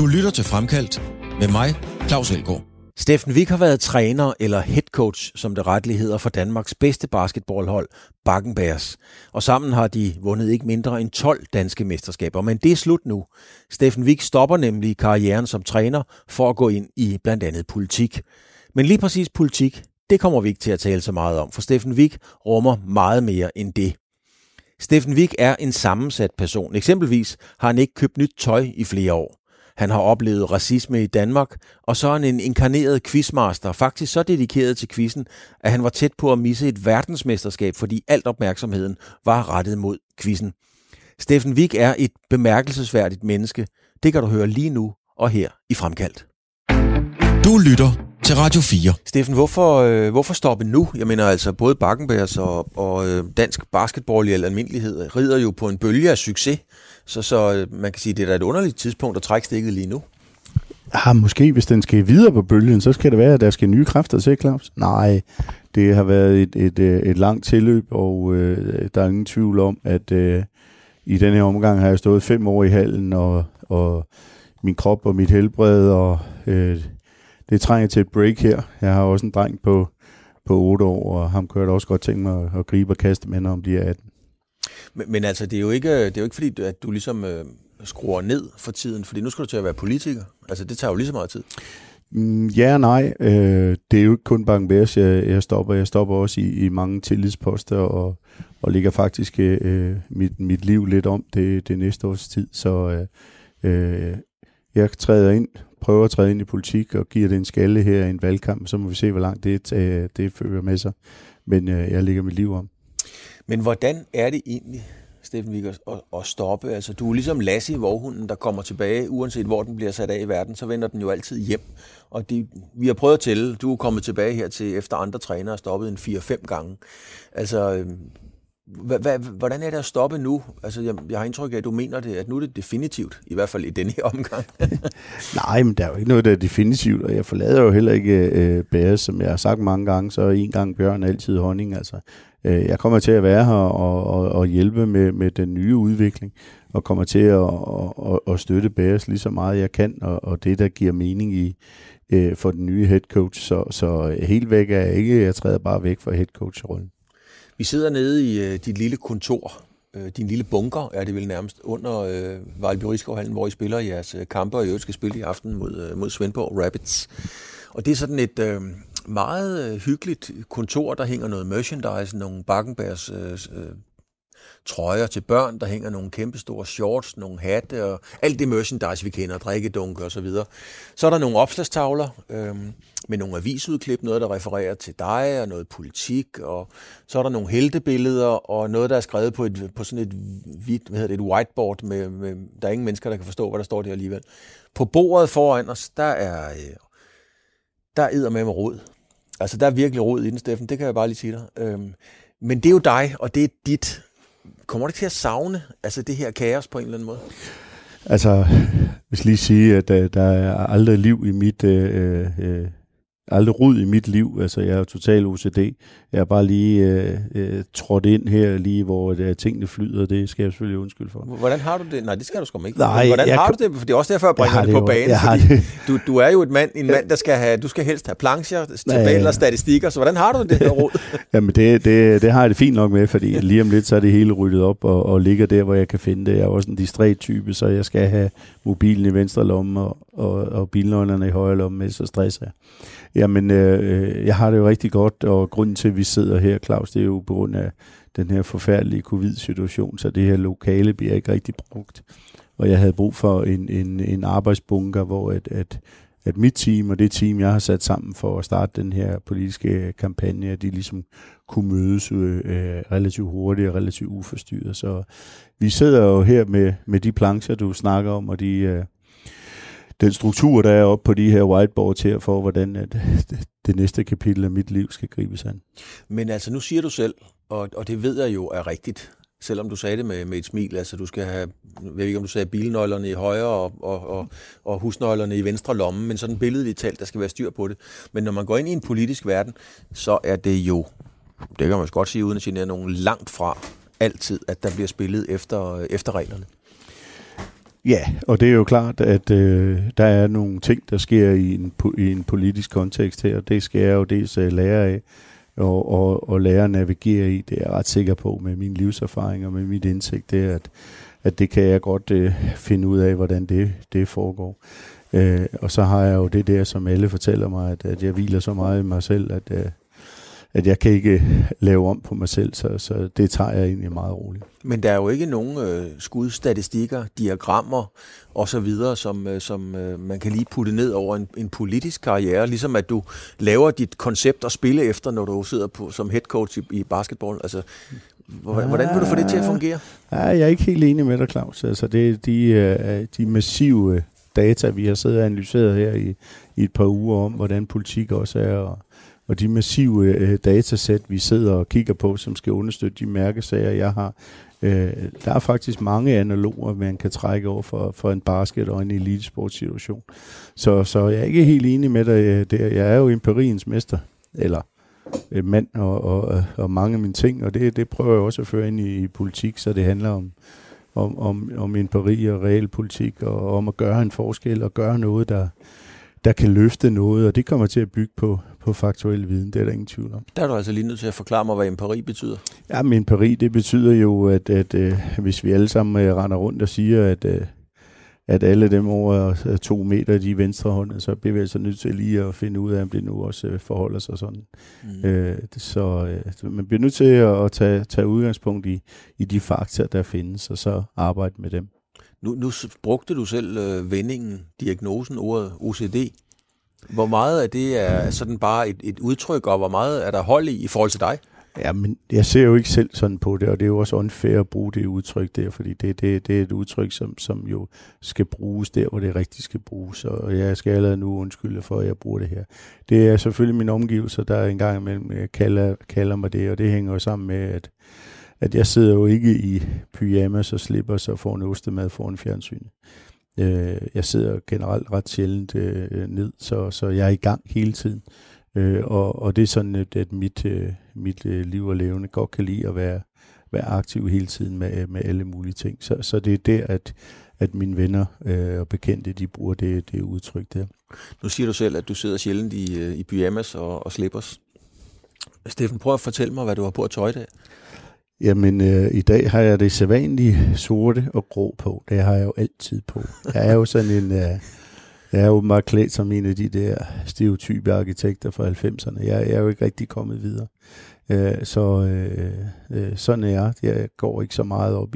lytter til Fremkaldt med mig, Claus Elgaard. Steffen Wik har været træner eller headcoach, som det retligt hedder, for Danmarks bedste basketballhold, Bakken Bears. Og sammen har de vundet ikke mindre end 12 danske mesterskaber. Men det er slut nu. Steffen Wik stopper nemlig karrieren som træner for at gå ind i blandt andet politik. Men lige præcis politik, det kommer vi ikke til at tale så meget om, for Steffen Wik rummer meget mere end det. Steffen Wik er en sammensat person. Eksempelvis har han ikke købt nyt tøj i flere år. Han har oplevet racisme i Danmark, og så er han en inkarneret quizmaster, faktisk så dedikeret til quizzen, at han var tæt på at misse et verdensmesterskab, fordi alt opmærksomheden var rettet mod quizzen. Steffen Wik er et bemærkelsesværdigt menneske. Det kan du høre lige nu og her i Fremkaldt. Du lytter til Radio 4. Steffen, hvorfor stoppe nu? Jeg mener altså, både Bakken Bears og dansk basketball i al almindelighed rider jo på en bølge af succes. Så man kan sige, at det er et underligt tidspunkt at trække stikket lige nu. Måske hvis den skal videre på bølgen, så skal det være, at der skal nye kræfter til, Claus. Nej, det har været et langt tilløb, og der er ingen tvivl om, at i den her omgang har jeg stået 5 år i hallen, og min krop og mit helbred, og det trænger til et break her. Jeg har også en dreng på 8 år, og ham kunne jeg også godt tænke mig at gribe og kaste med, om de er 18. Men altså, det er jo ikke fordi, at du ligesom skruer ned for tiden, fordi nu skal du til at være politiker. Altså, det tager jo lige så meget tid. Ja og nej. Det er jo ikke kun Bakken Bears, jeg stopper. Jeg stopper også i mange tillidsposter, og lægger faktisk mit liv lidt om det næste års tid. Så jeg prøver at træde ind i politik, og giver det en skalle her i en valgkamp, så må vi se, hvor langt det fører med sig. Men jeg lægger mit liv om. Men hvordan er det egentlig, Steffen Wik, at stoppe? Altså, du er ligesom Lassie, vorhunden, der kommer tilbage, uanset hvor den bliver sat af i verden, så vender den jo altid hjem. Og vi har prøvet at tælle, du er kommet tilbage her til efter andre trænere og stoppet en 4-5 gange. Altså, hvordan er det at stoppe nu? Altså, jeg har indtryk af, at du mener det, at nu er det definitivt, i hvert fald i denne her omgang. Nej, men der er jo ikke noget, der er definitivt, og jeg forlader jo heller ikke Bears, som jeg har sagt mange gange, så en gang bjørn, altid honning. Altså, jeg kommer til at være her og hjælpe med den nye udvikling, og kommer til at støtte Bears lige så meget jeg kan, og det, der giver mening for den nye head coach. Så helt væk er jeg ikke, jeg træder bare væk fra head coach-rollen. Vi sidder nede i dit lille kontor, din lille bunker er det vel nærmest, under Vejlby Riskovhallen, hvor I spiller jeres kampe, og I øvrigt skal spille i aften mod Svendborg Rapids. Og det er sådan et meget hyggeligt kontor, der hænger noget merchandise, nogle Bakken Bears trøjer til børn, der hænger nogle kæmpestore shorts, nogle hatte og alt det merchandise, vi kender, drikkedunke og så videre. Så er der nogle opslagstavler med nogle avisudklip, noget, der refererer til dig og noget politik, og så er der nogle heltebilleder og noget, der er skrevet på sådan et hvidt, et whiteboard med der er ingen mennesker, der kan forstå, hvad der står der alligevel. På bordet foran os, der er eddermame rod. Altså, der er virkelig rod i den, Steffen, det kan jeg bare lige sige dig. Men det er jo dig, og det er dit. Kommer du til at savne det her kaos på en eller anden måde? Altså, jeg vil lige sige, at der er aldrig liv i mit... aldrig rod i mit liv. Altså, jeg er total OCD. Jeg er bare lige trådt ind her, lige hvor tingene flyder. Det skal jeg selvfølgelig undskylde for. Hvordan har du det? Nej, det skal du sgu ikke. Nej, hvordan har du det? For det er også derfor, jeg bringer det på banen. Fordi du er jo en mand, der skal have... Du skal helst have plancher, tabeller, statistikker. Så hvordan har du det her rod? Jamen, det har jeg det fint nok med, fordi lige om lidt, så er det hele ryddet op og ligger der, hvor jeg kan finde det. Jeg er også en distræt type, så jeg skal have mobilen i venstre lomme og bilnøglerne i højre lomme med, så stresser jeg. Jamen, jeg har det jo rigtig godt, og grunden til, at vi sidder her, Claus, det er jo på grund af den her forfærdelige covid-situation, så det her lokale bliver ikke rigtig brugt. Og jeg havde brug for en arbejdsbunker, hvor at mit team og det team, jeg har sat sammen for at starte den her politiske kampagne, de ligesom kunne mødes relativt hurtigt og relativt uforstyrret. Så vi sidder jo her med de plancher, du snakker om, og den struktur, der er oppe på de her whiteboards her, for hvordan det næste kapitel af mit liv skal gribes an. Men altså, nu siger du selv, og det ved jeg jo er rigtigt, selvom du sagde det med et smil, altså du skal have, jeg ved ikke om du sagde bilnøglerne i højre og husnøglerne i venstre lomme, men sådan billedligt talt, der skal være styr på det. Men når man går ind i en politisk verden, så er det jo, det kan man godt sige uden at genere nogen, langt fra altid, at der bliver spillet efter reglerne. Ja, og det er jo klart, at der er nogle ting, der sker i en politisk kontekst her. Det skal jeg jo dels lære af, og lære at navigere i. Det er jeg ret sikker på med min livserfaring og med mit indsigt, det er, at det kan jeg godt finde ud af, hvordan det foregår. Og så har jeg jo det der, som alle fortæller mig, at jeg hviler så meget i mig selv, at jeg kan ikke lave om på mig selv, så det tager jeg egentlig meget roligt. Men der er jo ikke nogen skudstatistikker, diagrammer osv., som man kan lige putte ned over en politisk karriere, ligesom at du laver dit koncept og spille efter, når du sidder på som head coach i basketball. Altså, hvordan vil du få det til at fungere? Ja, jeg er ikke helt enig med dig, Claus. Altså, det er de massive data, vi har siddet og analyseret her i et par uger om, hvordan politik også er, og de massive datasæt, vi sidder og kigger på, som skal understøtte de mærkesager, jeg har. Der er faktisk mange analoger, man kan trække over for en basket- og en elitesportssituation. Så jeg er ikke helt enig med dig. Jeg er jo empiriens mester, eller mand og mange af mine ting, og det prøver jeg også at føre ind i politik, så det handler om empiri og realpolitik, og om at gøre en forskel og gøre noget, der kan løfte noget, og det kommer til at bygge på faktuel viden, det er der ingen tvivl om. Der er du altså lige nødt til at forklare mig, hvad empiri betyder. Ja, men empiri, det betyder jo, at hvis vi alle sammen render rundt og siger, at alle dem over 2 meter, de er venstrehåndede, så bliver vi altså nødt til lige at finde ud af, om det nu også forholder sig sådan. Så man bliver nødt til at tage udgangspunkt i de fakta, der findes, og så arbejde med dem. Nu brugte du selv vendingen, diagnosen, ordet OCD. Hvor meget af det er sådan bare et udtryk, og hvor meget er der hold i forhold til dig? Ja, men jeg ser jo ikke selv sådan på det, og det er jo også unfair at bruge det udtryk der, fordi det er et udtryk, som jo skal bruges der, hvor det rigtigt skal bruges, og jeg skal allerede nu undskylde for, at jeg bruger det her. Det er selvfølgelig mine omgivelser, der engang imellem kalder mig det, og det hænger jo sammen med, at jeg sidder jo ikke i pyjamas og slippers og får en ostemad foran fjernsynet. Jeg sidder generelt ret sjældent ned, så jeg er i gang hele tiden. Og det er sådan, at mit liv og levende godt kan lide at være aktiv hele tiden med alle mulige ting. Så det er der, at mine venner og bekendte, de bruger det udtryk der. Nu siger du selv, at du sidder sjældent i pyjamas og slippers. Steffen, prøv at fortælle mig, hvad du har på at tøj i dag. Jamen, i dag har jeg det sædvanlige sorte og grå på. Det har jeg jo altid på. Jeg er jo sådan jeg er åbenbart klædt som en af de der stereotype arkitekter fra 90'erne. Jeg er jo ikke rigtig kommet videre. Sådan er jeg. Jeg går ikke så meget op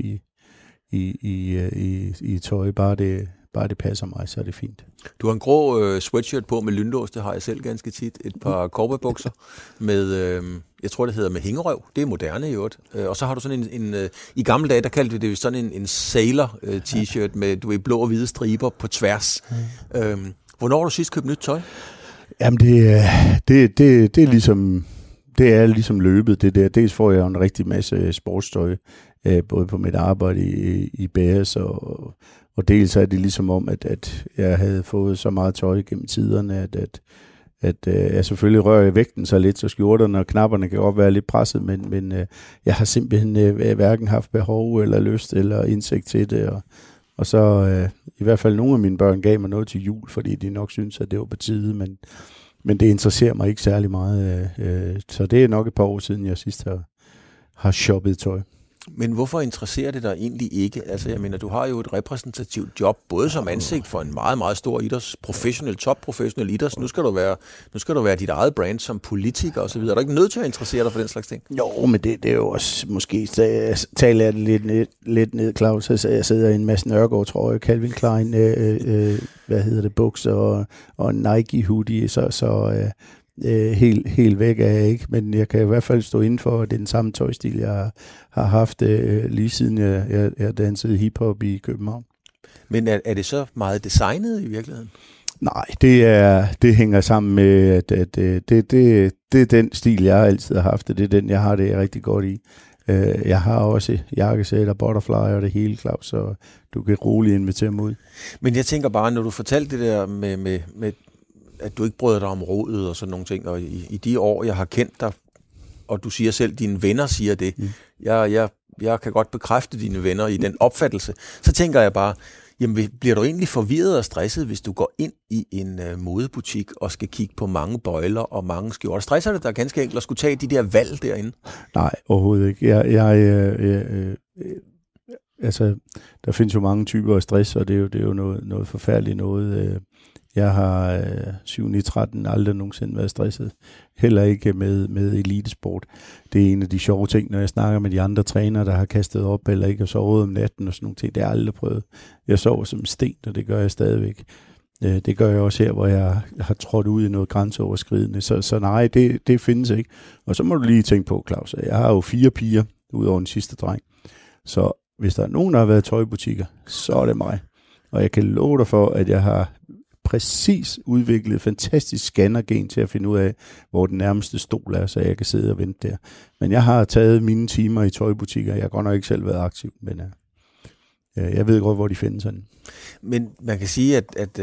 i tøj. Bare det passer mig, så er det fint. Du har en grå sweatshirt på med lynlås, det har jeg selv ganske tit. Et par cowboybukser med, jeg tror det hedder med hængerøv. Det er moderne i øvrigt. Og så har du sådan en i gamle dage, der kaldte vi det sådan en sailor t-shirt med blå og hvide striber på tværs. Hvornår har du sidst købt nyt tøj? Jamen det er ligesom... Det er ligesom løbet, det der. Dels får jeg en rigtig masse sportstøj, både på mit arbejde i BS, og dels er det ligesom om, at jeg havde fået så meget tøj gennem tiderne, at jeg selvfølgelig rører i vægten så lidt, så skjorterne og knapperne kan godt være lidt presset, men jeg har simpelthen hverken haft behov eller lyst eller indsigt til det, og så i hvert fald nogle af mine børn gav mig noget til jul, fordi de nok synes, at det var på tide, men det interesserer mig ikke særlig meget, så det er nok et par år siden, jeg sidst har shoppet tøj. Men hvorfor interesserer det dig egentlig ikke? Altså, jeg mener, du har jo et repræsentativt job, både som ansigt for en meget, meget stor topprofessionel idræts. Nu skal du være dit eget brand som politiker og så videre. Er du ikke nødt til at interessere dig for den slags ting? Jo, men det er jo også, måske taler jeg det lidt ned, Claus. Jeg sidder i en Mads Nørgaard, tror jeg, Calvin Klein, bukser og en Nike hoodie, så helt væk er jeg ikke, men jeg kan i hvert fald stå inden for den samme tøjstil, jeg har haft lige siden jeg dansede hiphop i København. Men er det så meget designet i virkeligheden? Nej, det hænger sammen med, at det er den stil, jeg altid har haft, det er den, jeg har det rigtig godt i. Jeg har også jakkesæt og butterfly og det hele, Claus, så du kan roligt invitere mig ud. Men jeg tænker bare, når du fortalte det der med at du ikke bryder dig om rådet og sådan nogle ting, og i de år, jeg har kendt dig, og du siger selv, dine venner siger det, jeg kan godt bekræfte dine venner i den opfattelse, så tænker jeg bare, Jamen, bliver du egentlig forvirret og stresset, hvis du går ind i en modebutik og skal kigge på mange bøjler og mange skjorter? Stresser det dig ganske enkelt at skulle tage de der valg derinde? Nej, overhovedet ikke. Altså, der findes jo mange typer af stress, og det er jo noget forfærdeligt noget. Jeg har 7-13 aldrig nogensinde været stresset. Heller ikke med elitesport. Det er en af de sjove ting, når jeg snakker med de andre trænere, der har kastet op eller ikke har sovet om natten og sådan nogle ting. Det har jeg aldrig prøvet. Jeg sover som en sten, og det gør jeg stadigvæk. Det gør jeg også her, hvor jeg har trådt ud i noget grænseoverskridende. Så nej, det findes ikke. Og så må du lige tænke på, Claus, jeg har jo 4 piger ud over den sidste dreng. Så hvis der er nogen, der har været i tøjbutikker, så er det mig. Og jeg kan love dig for, at jeg har præcis udviklet et fantastisk scannergen til at finde ud af, hvor den nærmeste stol er, så jeg kan sidde og vente der. Men jeg har taget mine timer i tøjbutikker. Jeg har godt nok ikke selv været aktiv, men jeg ved godt, hvor de findes sådan. Men man kan sige, at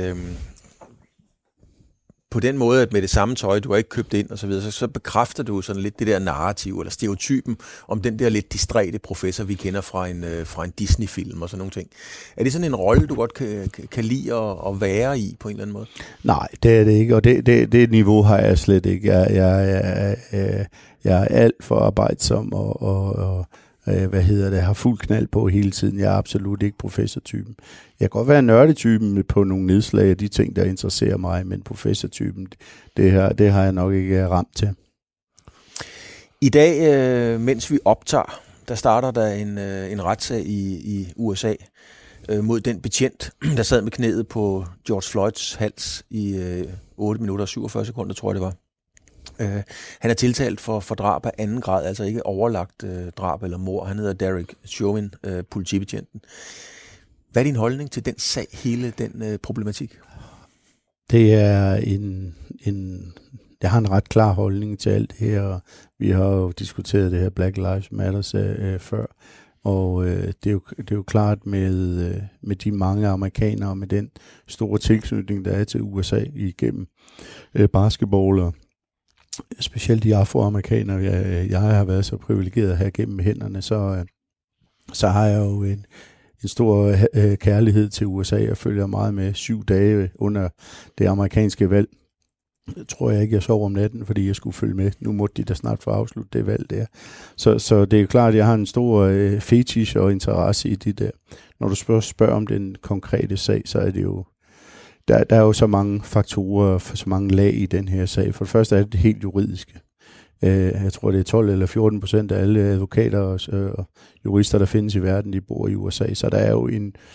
på den måde, at med det samme tøj, du har ikke købt ind og så videre, så bekræfter du sådan lidt det der narrativ, eller stereotypen, om den der lidt distræte professor, vi kender fra en Disney-film og sådan nogle ting. Er det sådan en rolle, du godt kan lide at være i på en eller anden måde? Nej, det er det ikke, og det niveau har jeg slet ikke. Jeg er alt for arbejdsom og har fuld knald på hele tiden. Jeg er absolut ikke professortypen. Jeg kan godt være nørdetypen på nogle nedslag af de ting, der interesserer mig, men professortypen, det har jeg nok ikke ramt til. I dag, mens vi optager, der starter der en retssag i USA mod den betjent, der sad med knæet på George Floyds hals i 8 minutter og 47 sekunder, tror jeg det var. Han er tiltalt for drab af anden grad, altså ikke overlagt drab eller mord. Han hedder Derek Chauvin, politibetjenten. Hvad er din holdning til den sag, hele den problematik? Det er jeg har en ret klar holdning til alt det her, og vi har jo diskuteret det her Black Lives Matter før, og det er jo klart med de mange amerikanere, med den store tilknytning, der er til USA igennem basketball og specielt de afroamerikanere, jeg har været så privilegeret at have gennem hænderne, så har jeg jo en stor kærlighed til USA. Jeg følger meget med 7 dage under det amerikanske valg. Jeg tror jeg ikke, jeg sov om natten, fordi jeg skulle følge med. Nu måtte de da snart få afsluttet det valg der. Så det er jo klart, at jeg har en stor fetish og interesse i det der. Når du spørger om den konkrete sag, så er det jo der er jo så mange faktorer, så mange lag i den her sag. For det første er det helt juridiske. Jeg tror, det er 12 eller 14% af alle advokater og jurister, der findes i verden, de bor i USA. Så der er jo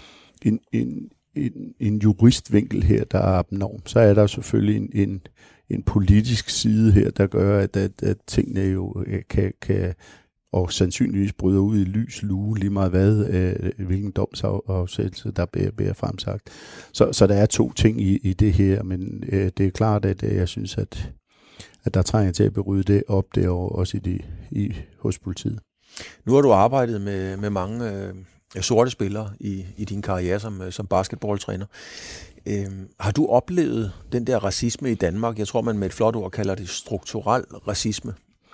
en juristvinkel her, der er abnorm. Så er der selvfølgelig en politisk side her, der gør, at tingene jo kan og sandsynligvis bryder ud i lys lue, lige meget hvilken domsafsættelse, der bliver fremsagt. Så der er 2 ting i det her, men det er klart, at jeg synes, at der trænger til at berydde det op derovre, også hos politiet. Nu har du arbejdet med mange sorte spillere i din karriere som basketballtræner. Har du oplevet den der racisme i Danmark? Jeg tror, man med et flot ord kalder det strukturel racisme.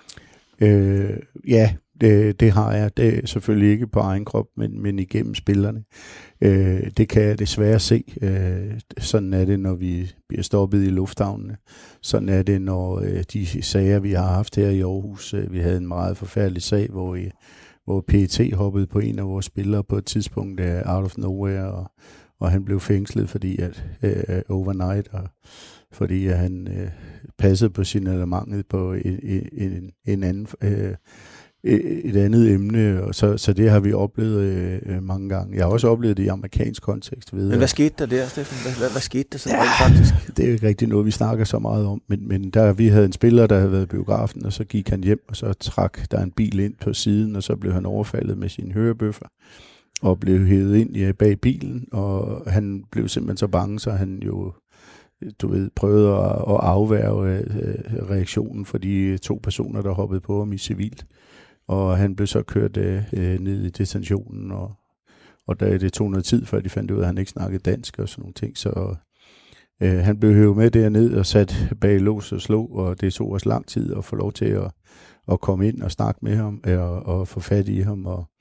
Ja, det har jeg. Det er selvfølgelig ikke på egen krop, men igennem spillerne. Det kan jeg desværre se. Sådan er det, når vi bliver stoppet i lufthavnene. Sådan er det, når de sager, vi har haft her i Aarhus, vi havde en meget forfærdelig sag, hvor PET hoppede på en af vores spillere på et tidspunkt out of nowhere, og han blev fængslet, fordi at overnight, og fordi han passede på signalementet på en anden et andet emne, og så det har vi oplevet mange gange. Jeg har også oplevet det i amerikansk kontekst. Men hvad skete der Steffen? Hvad skete der så faktisk? Det er jo ikke rigtig noget, vi snakker så meget om, men der vi havde en spiller, der havde været i biografen, og så gik han hjem, og så trak der en bil ind på siden, og så blev han overfaldet med sine hørebøffer, og blev hævet ind bag bilen, og han blev simpelthen så bange, så han jo prøvede at afværge reaktionen for de 2 personer, der hoppede på ham i civilt. Og han blev så kørt ned i detentionen, og det tog noget tid, før de fandt ud af, at han ikke snakkede dansk og sådan nogle ting. Så han blev hævet med derned og sat bag lås og slå, og det tog os lang tid at få lov til at komme ind og snakke med ham og få fat i ham. Og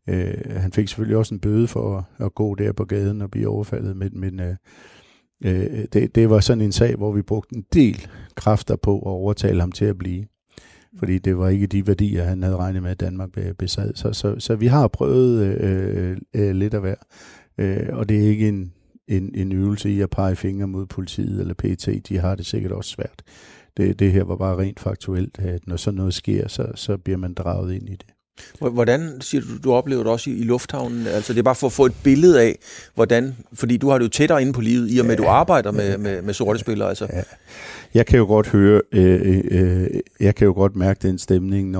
Han fik selvfølgelig også en bøde for at gå der på gaden og blive overfaldet, men det var sådan en sag, hvor vi brugte en del kræfter på at overtale ham til at blive. Fordi det var ikke de værdier, han havde regnet med, at Danmark besad. Så vi har prøvet lidt af hver. Og det er ikke en øvelse i at pege fingre mod politiet eller PET. De har det sikkert også svært. Det her var bare rent faktuelt, at når sådan noget sker, så bliver man draget ind i det. Hvordan siger du oplever det også i lufthavnen? Altså det er bare for at få et billede af, hvordan, fordi du har det jo tættere inde på livet, i og med at du arbejder med sorte spillere. Altså. Ja. Jeg kan jo godt høre, jeg kan jo godt mærke den stemning,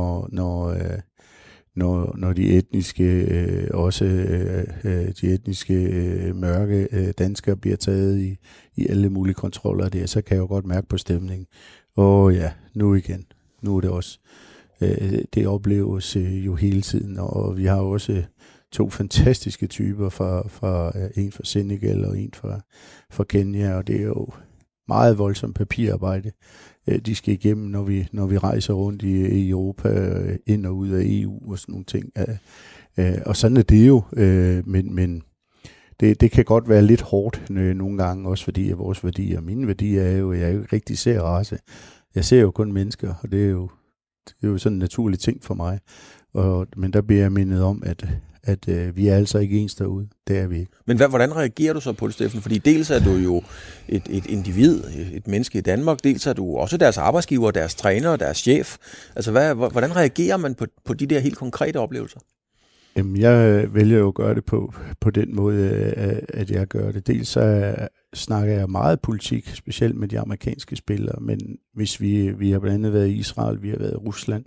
når de etniske, også de etniske mørke danskere bliver taget i alle mulige kontroller der, så kan jeg jo godt mærke på stemningen. Ja, nu igen. Nu er det også. Det opleves jo hele tiden, og vi har også 2 fantastiske typer, en fra Senegal og en fra Kenya, og det er jo meget voldsomt papirarbejde, de skal igennem, når vi rejser rundt i Europa, ind og ud af EU og sådan nogle ting. Og sådan er det jo, men det kan godt være lidt hårdt nogle gange, også fordi af vores værdier. Mine værdier er jo, jeg ikke rigtig ser race. Jeg ser jo kun mennesker, og det er jo sådan en naturlig ting for mig. Men der bliver jeg mindet om, at vi er altså ikke ens derude. Det er vi ikke. Men hvordan reagerer du så på det, Steffen? Fordi dels er du jo et individ, et menneske i Danmark, dels er du også deres arbejdsgiver, deres træner, deres chef. Altså hvordan reagerer man på de der helt konkrete oplevelser? Jamen, jeg vælger jo at gøre det på den måde, at jeg gør det. Dels så snakker jeg meget politik, specielt med de amerikanske spillere, men hvis vi har blandt andet været i Israel, vi har været i Rusland,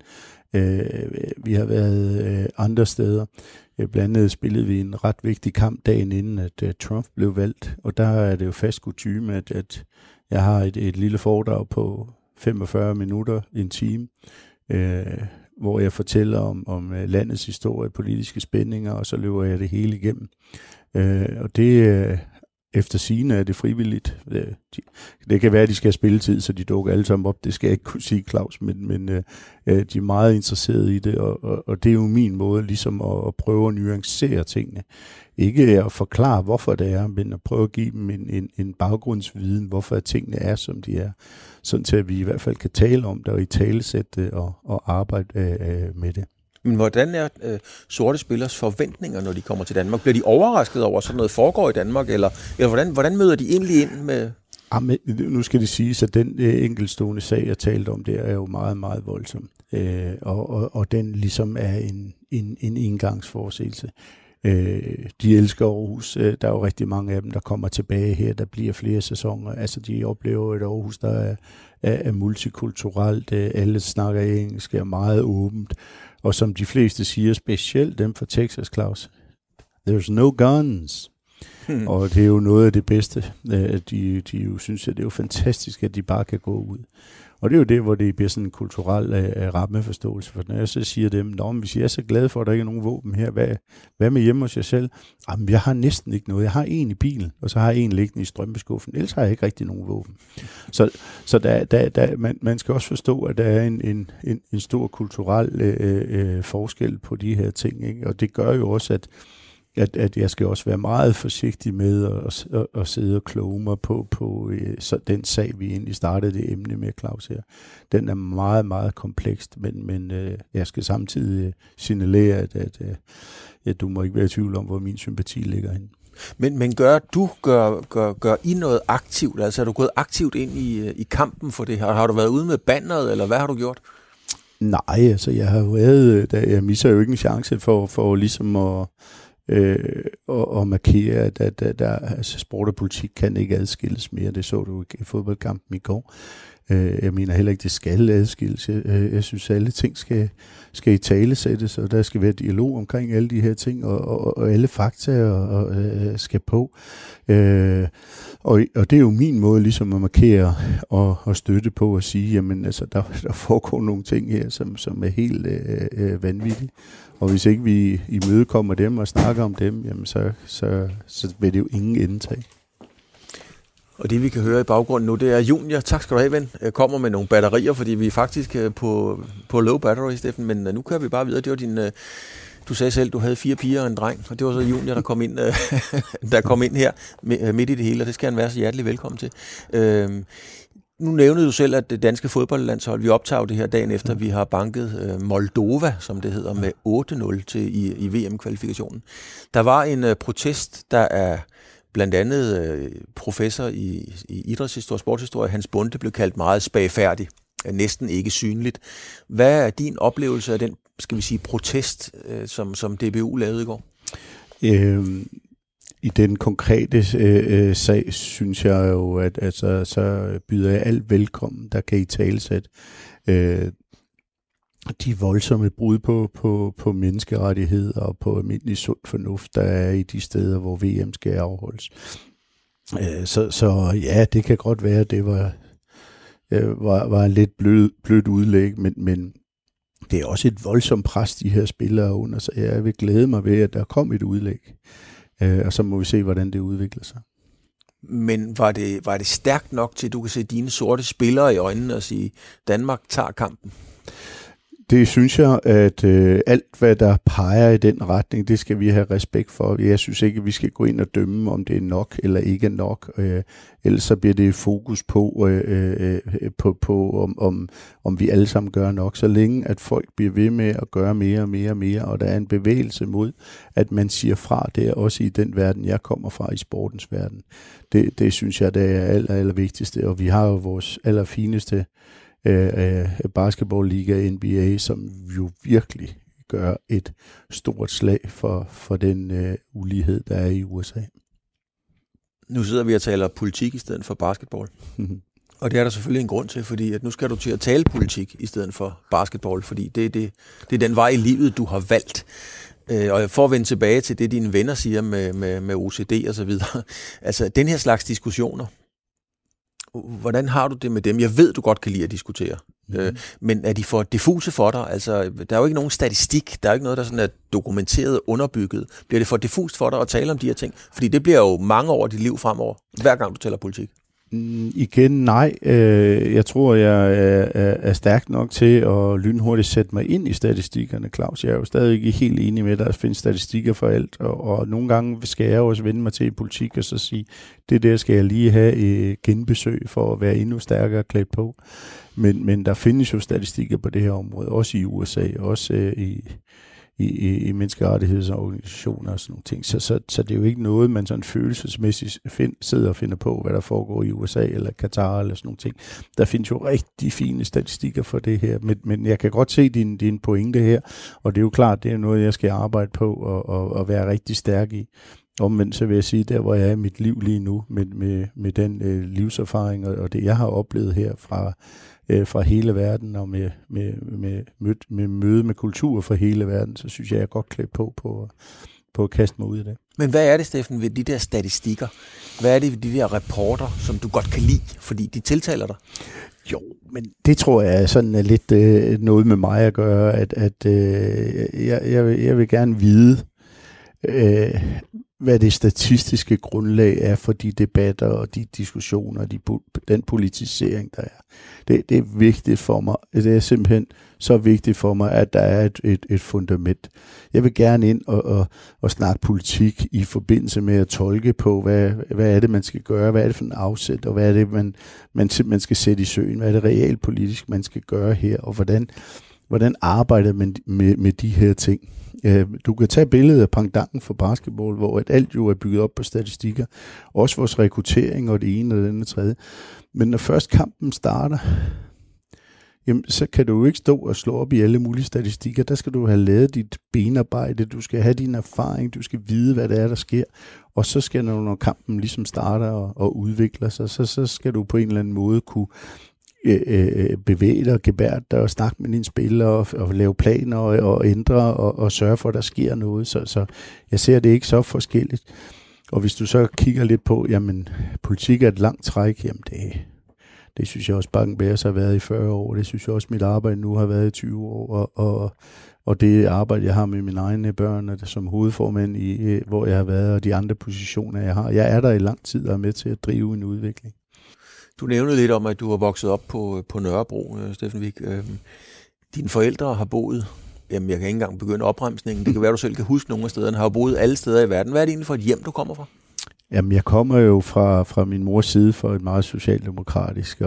vi har været andre steder. Blandt andet spillede vi en ret vigtig kamp dagen inden, at Trump blev valgt, og der er det jo fast kutyme, at jeg har et lille foredrag på 45 minutter, en time, hvor jeg fortæller om landets historie, politiske spændinger, og så løber jeg det hele igennem. Og det efter sigende er det frivilligt. Det kan være, at de skal have spilletid, så de dukker alle sammen op. Det skal jeg ikke kunne sige, Claus, men de er meget interesserede i det, og det er jo min måde ligesom at prøve at nuancere tingene. Ikke at forklare, hvorfor det er, men at prøve at give dem en baggrundsviden, hvorfor tingene er, som de er. Sådan til, at vi i hvert fald kan tale om det, og italesætte det, og arbejde med det. Men hvordan er sorte spillers forventninger, når de kommer til Danmark? Bliver de overrasket over, at sådan noget foregår i Danmark? Eller hvordan møder de egentlig ind med... Men nu skal det siges, at den enkeltstående sag, jeg talte om, det er jo meget, meget voldsom. Og den ligesom er en engangsforseelse. De elsker Aarhus. Der er jo rigtig mange af dem, der kommer tilbage her. Der bliver flere sæsoner. Altså, de oplever et Aarhus, der er multikulturelt. Alle snakker engelsk, er meget åbent. Og som de fleste siger, specielt dem fra Texas, Claus, there's no guns. Og det er jo noget af det bedste. De jo synes, at det er jo fantastisk, at de bare kan gå ud. Og det er jo det, hvor det bliver sådan en kulturel rammeforståelse. For når jeg så siger dem, hvis jeg er så glad for, at der ikke er nogen våben her, hvad med hjemme hos jer selv? Jamen, jeg har næsten ikke noget. Jeg har en i bilen, og så har jeg en liggende i strømpeskuffen. Ellers har jeg ikke rigtig nogen våben. Så man skal også forstå, at der er en stor kulturel forskel på de her ting. Ikke? Og det gør jo også, at jeg skal også være meget forsigtig med at sidde og kloge mig på den sag, vi egentlig startede det emne med, Claus, her. Den er meget, meget komplekst, men jeg skal samtidig signalere, at du må ikke være i tvivl om, hvor min sympati ligger henne. Men gør I noget aktivt? Altså er du gået aktivt ind i kampen for det her? Har du været ude med banneret, eller hvad har du gjort? Nej, altså jeg har været, jeg misser jo ikke en chance for ligesom at markere, at altså sport og politik kan ikke adskilles mere. Det så du i fodboldkampen i går. Jeg mener heller ikke, det skal adskilles. Jeg synes, at alle ting skal i talesættes, og der skal være dialog omkring alle de her ting, og alle fakta skal på. Og det er jo min måde ligesom at markere og støtte på at sige, jamen altså, der foregår nogle ting her, som er helt vanvittige. Og hvis ikke vi imødekommer dem og snakker om dem, jamen så vil det jo ingen ende tage. Og det vi kan høre i baggrunden nu, det er Junior, tak skal du have, ven, kommer med nogle batterier, fordi vi er faktisk på low battery, Steffen, men nu kører vi bare videre. Det var Du sagde selv, du havde 4 piger og en dreng, og det var så Junior, der kom ind her midt i det hele, og det skal han være så hjertelig velkommen til. Nu nævnede du selv, at det danske fodboldlandshold, vi optager det her dagen efter, vi har banket Moldova, som det hedder, med 8-0 i VM-kvalifikationen. Der var en protest, der er blandt andet professor i idrætshistorie og sportshistorie, Hans Bunde, blev kaldt meget spagfærdig, næsten ikke synligt. Hvad er din oplevelse af den, skal vi sige, protest, som DBU lavede i går? I den konkrete sag, synes jeg jo, at så byder jeg alt velkommen, der kan italesætte de voldsomme brud på menneskerettigheder og på almindelig sund fornuft, der er i de steder, hvor VM skal afholdes. Så ja, det kan godt være, at det var en lidt blødt udlæg, men det er også et voldsomt pres, de her spillere under, så jeg vil glæde mig ved, at der kom et udlæg. Og så må vi se, hvordan det udvikler sig. Men var det stærkt nok til, at du kan se dine sorte spillere i øjnene og sige, Danmark tager kampen? Det synes jeg, at alt, hvad der peger i den retning, det skal vi have respekt for. Jeg synes ikke, at vi skal gå ind og dømme, om det er nok eller ikke er nok. Ellers så bliver det fokus på om vi alle sammen gør nok. Så længe, at folk bliver ved med at gøre mere og mere og mere, og der er en bevægelse mod, at man siger fra det, også i den verden, jeg kommer fra, i sportens verden. Det synes jeg, det er aller vigtigste. Og vi har jo vores allerfineste basketballliga NBA, som jo virkelig gør et stort slag for den ulighed, der er i USA. Nu sidder vi og taler politik i stedet for basketball. Og det er der selvfølgelig en grund til, fordi at nu skal du til at tale politik i stedet for basketball, fordi det er den vej i livet, du har valgt. Og for at vende tilbage til det, dine venner siger med OCD og så videre. Altså, den her slags diskussioner, hvordan har du det med dem? Jeg ved, du godt kan lide at diskutere. Men er de for diffuse for dig? Altså, der er jo ikke nogen statistik. Der er ikke noget, der sådan er dokumenteret, underbygget. Bliver det for diffust for dig at tale om de her ting? Fordi det bliver jo mange år af dit liv fremover, hver gang du taler politik. Igen nej. Jeg tror, jeg er stærk nok til at lynhurtigt sætte mig ind i statistikkerne, Claus. Jeg er jo stadig ikke helt enig med, at der findes statistikker for alt, og nogle gange skal jeg også vende mig til i politik og så sige, det der skal jeg lige have genbesøg for at være endnu stærkere klædt på. Men der findes jo statistikker på det her område, også i USA, også i menneskerettighedsorganisationer og sådan nogle ting. Så det er jo ikke noget, man sådan følelsesmæssigt sidder og finder på, hvad der foregår i USA eller Katar eller sådan nogle ting. Der findes jo rigtig fine statistikker for det her, men jeg kan godt se din pointe her, og det er jo klart, det er noget, jeg skal arbejde på og være rigtig stærk i. Omvendt så vil jeg sige, der hvor jeg er i mit liv lige nu, med den livserfaring og det, jeg har oplevet her fra hele verden, og med møde med kultur fra hele verden, så synes jeg er godt klædt på at kaste mig ud i det. Men hvad er det, Steffen, ved de der statistikker? Hvad er det ved de der rapporter, som du godt kan lide, fordi de tiltaler dig? Jo, men det tror jeg er sådan lidt noget med mig at gøre, at jeg vil gerne vide, hvad det statistiske grundlag er for de debatter og de diskussioner og den politisering, der er. Det er vigtigt for mig. Det er simpelthen så vigtigt for mig, at der er et fundament. Jeg vil gerne ind og snakke politik i forbindelse med at tolke på, hvad er det, man skal gøre, hvad er det for en afsæt, og hvad er det, man skal sætte i søen, hvad er det realpolitisk, man skal gøre her, og hvordan arbejder man med de her ting. Du kan tage billedet af pendanten for basketball, hvor alt jo er bygget op på statistikker. Også vores rekruttering og det ene og det andet tredje. Men når først kampen starter, jamen, så kan du jo ikke stå og slå op i alle mulige statistikker. Der skal du have lavet dit benarbejde, du skal have din erfaring, du skal vide, hvad det er, der sker. Og så skal du, når kampen ligesom starter og udvikler sig, så skal du på en eller anden måde kunne bevæge dig og gebærde dig og snakke med dine spillere og lave planer og ændre og sørge for, at der sker noget. Så jeg ser det ikke så forskelligt. Og hvis du så kigger lidt på, jamen politik er et langt træk, jamen det synes jeg også Bankenbergs har været i 40 år. Det synes jeg også mit arbejde nu har været i 20 år. Og det arbejde, jeg har med mine egne børn som hovedformand, hvor jeg har været, og de andre positioner, jeg har. Jeg er der i lang tid og er med til at drive en udvikling. Du nævnte lidt om, at du har vokset op på Nørrebro, Steffen Vik. Dine forældre har boet jamen jeg kan ikke engang begynde opremsningen. Det kan være, du selv kan huske nogle af stederne. Har jo boet alle steder i verden. Hvad er det egentlig for et hjem, du kommer fra? Jamen, jeg kommer jo fra min mors side for et meget socialdemokratisk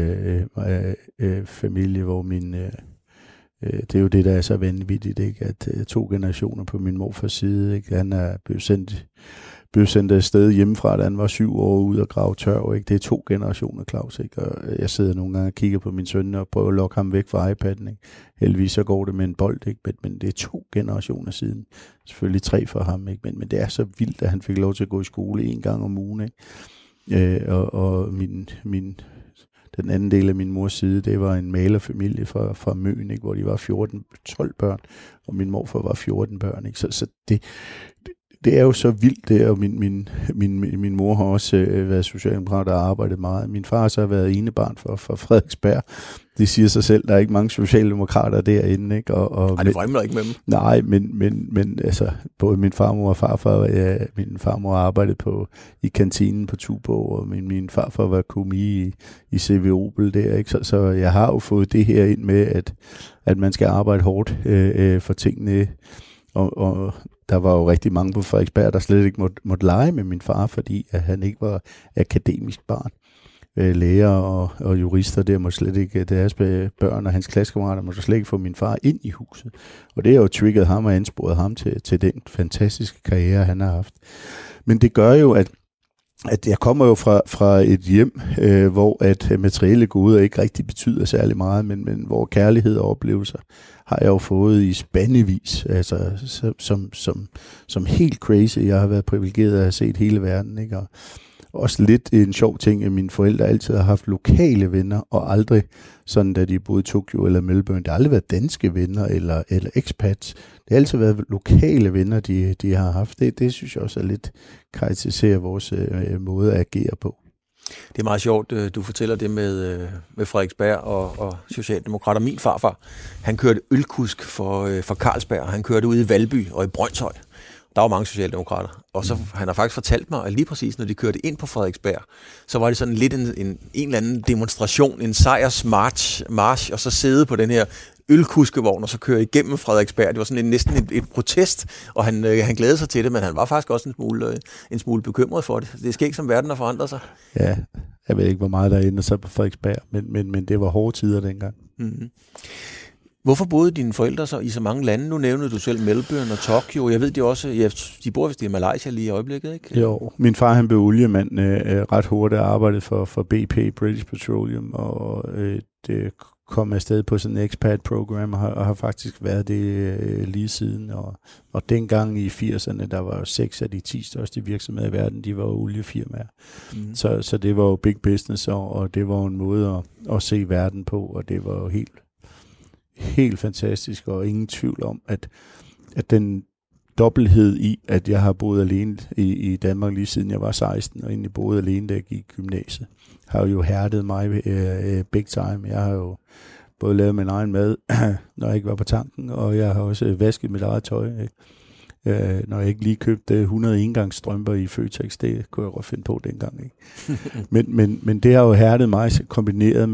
familie, hvor det er jo det, der er så vanvittigt, ikke? At 2 generationer på min morfars side, ikke? Han er blev sendt afsted hjemmefra, da han var 7 år ude og grave tørv, ikke? Det er 2 generationer, Claus, ikke? Og jeg sidder nogle gange og kigger på min søn og prøver at lokke ham væk fra iPad'en, ikke? Heldigvis så går det med en bold, ikke? Men det er 2 generationer siden. Selvfølgelig 3 for ham, ikke? Men det er så vildt, at han fik lov til at gå i skole 1 gang om ugen, ikke? Og den anden del af min mors side, det var en malerfamilie fra Møn, ikke? Hvor de var 12 børn, og min morfar var 14 børn, ikke? Så det er jo så vildt det, og min mor har også været socialdemokrat og arbejdet meget. Min far har så været enebarn for Frederiksberg. Det siger sig selv, der er ikke mange socialdemokrater derinde, ikke? Ej, det vrimler ikke med dem. Nej, men altså, både min farmor og farfar, min farmor arbejdede i kantinen på Tuborg, og min farfar var komi i CV Opel der, ikke? Så jeg har jo fået det her ind med, at man skal arbejde hårdt for tingene, og der var jo rigtig mange på Frederiksberg, der slet ikke måtte lege med min far, fordi at han ikke var akademisk barn. Læger og jurister, der måtte slet ikke, deres børn og hans klassekammerater måtte slet ikke få min far ind i huset. Og det har jo trigget ham og ansporet ham til den fantastiske karriere, han har haft. Men det gør jo, at jeg kommer jo fra et hjem, hvor at materielle goder ikke rigtig betyder særlig meget, men hvor kærlighed og oplevelser har jeg jo fået i spandevis, altså som helt crazy. Jeg har været privilegeret at have set hele verden, ikke? Og også lidt en sjov ting, at mine forældre altid har haft lokale venner, og aldrig sådan, da de boede i Tokyo eller Melbourne. Det har aldrig været danske venner eller expats. Det har altid været lokale venner, de har haft. Det synes jeg også er lidt karakteriserer vores måde at agere på. Det er meget sjovt, du fortæller det med Frederiksberg og socialdemokrater. Min farfar, han kørte ølkusk for Carlsberg, han kørte ud i Valby og i Brøndshøj. Der var mange socialdemokrater, og så han har faktisk fortalt mig, at lige præcis når de kørte ind på Frederiksberg, så var det sådan lidt en eller anden demonstration, en sejrsmarch, og så sidde på den her ølkuskevogn, og så køre igennem Frederiksberg. Det var sådan næsten et protest, og han glædede sig til det, men han var faktisk også en smule bekymret for det. Det sker ikke, som verden har forandret sig. Ja, jeg ved ikke, hvor meget der er inde så på Frederiksberg, men det var hårde tider dengang. Mm-hmm. Hvorfor boede dine forældre så i så mange lande? Nu nævnede du selv Melbourne og Tokyo. Jeg ved, de bor vist i Malaysia lige i øjeblikket, ikke? Jo, min far han blev oliemand ret hurtigt og arbejdede for BP, British Petroleum, og det kom afsted på sådan en expat-program og har faktisk været det lige siden. Og dengang i 80'erne, der var 6 af de 10 største virksomheder i verden, de var oliefirmaer. Mm. Så det var jo big business, og det var jo en måde at se verden på, og det var jo helt fantastisk, og ingen tvivl om, at den dobbelthed i, at jeg har boet alene i Danmark lige siden jeg var 16, og egentlig boet alene, da jeg gik i gymnasiet, har jo hærdet mig big time. Jeg har jo både lavet min egen mad, når jeg ikke var på tanken, og jeg har også vasket mit eget tøj, ikke? Når jeg ikke lige købte 100 engangsstrømper i Føtex, det kunne jeg godt finde på dengang, ikke? men det har jo hærdet mig kombineret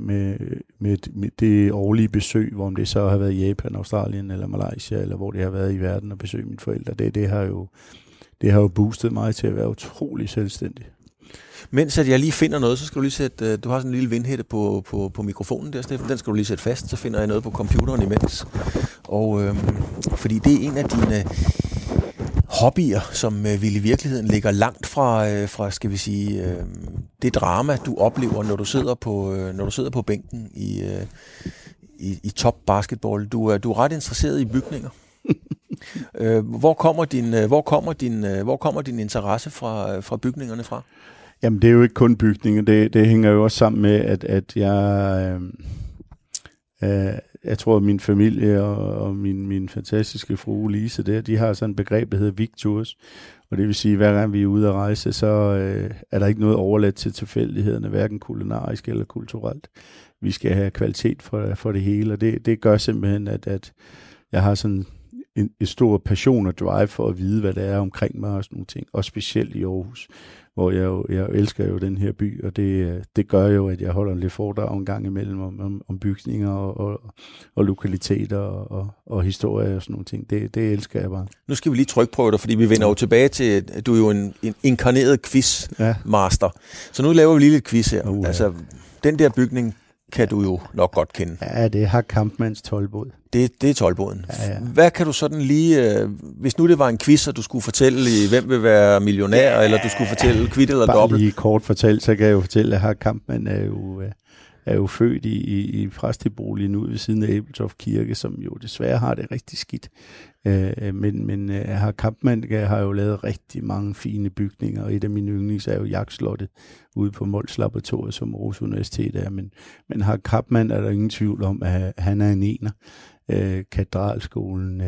med det årlige besøg, hvor det så har været i Japan, Australien eller Malaysia, eller hvor det har været i verden og besøge mine forældre. Det har jo boostet mig til at være utrolig selvstændig. Mens at jeg lige finder noget, så skal du lige sætte, du har sådan en lille vindhætte på mikrofonen der, Steffen. Den skal du lige sætte fast, så finder jeg noget på computeren imens. Og fordi det er en af dine hobbyer, som vel i virkeligheden ligger langt fra skal vi sige, det drama, du oplever, når du sidder på bænken i top basketball. Du er ret interesseret i bygninger. Hvor kommer din interesse fra bygningerne fra? Jamen, det er jo ikke kun bygninger. Det hænger jo også sammen med, at jeg tror, at min familie og min fantastiske frue Lise der, de har sådan et begreb, der hedder Victors. Og det vil sige, at hver gang vi er ude at rejse, så er der ikke noget overladt til tilfældighederne, hverken kulinarisk eller kulturelt. Vi skal have kvalitet for det hele, og det gør simpelthen, at jeg har sådan en stor passion og drive for at vide, hvad der er omkring mig og sådan nogle ting, og specielt i Aarhus. hvor jeg elsker jo den her by, og det gør jo, at jeg holder lidt foredrag en gang imellem om bygninger og lokaliteter og historie og sådan nogle ting. Det elsker jeg bare. Nu skal vi lige trykprøve dig, fordi vi vender jo tilbage til, at du er jo en inkarneret quizmaster. Så nu laver vi lige lidt quiz her. Altså, den der bygning kan du jo nok godt kende. Ja, det har Kampmanns toldbåd. Det er toldbåden. Ja. Hvad kan du sådan lige... hvis nu det var en quiz, og du skulle fortælle, hvem vil være millionær, eller du skulle fortælle kvit eller dobbelt? Bare lige kort fortalt, så kan jeg jo fortælle, at Kampmann er jo født i præsteboligen ude ved siden af Ebeltoft Kirke, som jo desværre har det rigtig skidt. Men Kampmann har jo lavet rigtig mange fine bygninger, og et af mine yndlings er jo Jagtslottet ude på Mols Laboratoriet, som Aarhus Universitet er. Men Kampmann er der ingen tvivl om, at han er en ener. Katedralskolen,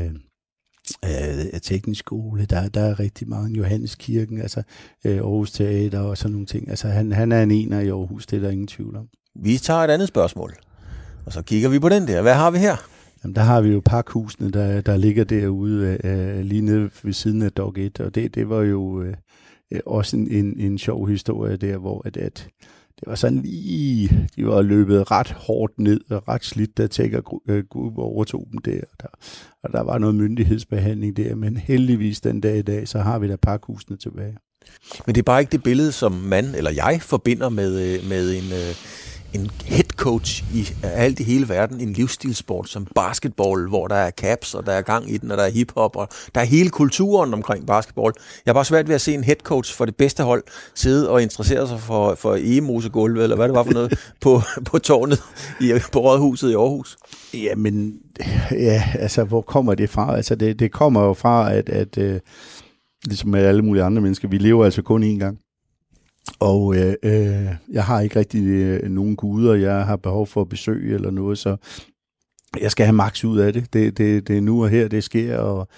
teknisk skole, der er rigtig mange, Johanneskirken, altså Aarhus Teater og sådan nogle ting. Altså han er en ener i Aarhus, det er der ingen tvivl om. Vi tager et andet spørgsmål, og så kigger vi på den der. Hvad har vi her? Jamen, der har vi jo pakhusene, der ligger derude lige nede ved siden af Dok 1, og det var jo også en sjov historie der, hvor at det var sådan lige, de var løbet ret hårdt ned og ret slidt, da Tækker Group overtog dem der. Og der var noget myndighedsbehandling der, men heldigvis den dag i dag, så har vi da pakhusene tilbage. Men det er bare ikke det billede, som man eller jeg forbinder med en head coach i alt i hele verden, en livsstilssport som basketball, hvor der er caps, og der er gang i den, og der er hiphop, og der er hele kulturen omkring basketball. Jeg har bare svært ved at se en head coach for det bedste hold sidde og interessere sig for egemosegulvet, eller hvad det var for noget, på tårnet på Rådhuset i Aarhus. Jamen, ja, altså, hvor kommer det fra? Altså, det kommer jo fra, at ligesom med alle mulige andre mennesker, vi lever altså kun én gang. Og jeg har ikke rigtig nogen guder, jeg har behov for at besøge eller noget, så jeg skal have maks ud af det. Det er nu og her, det sker,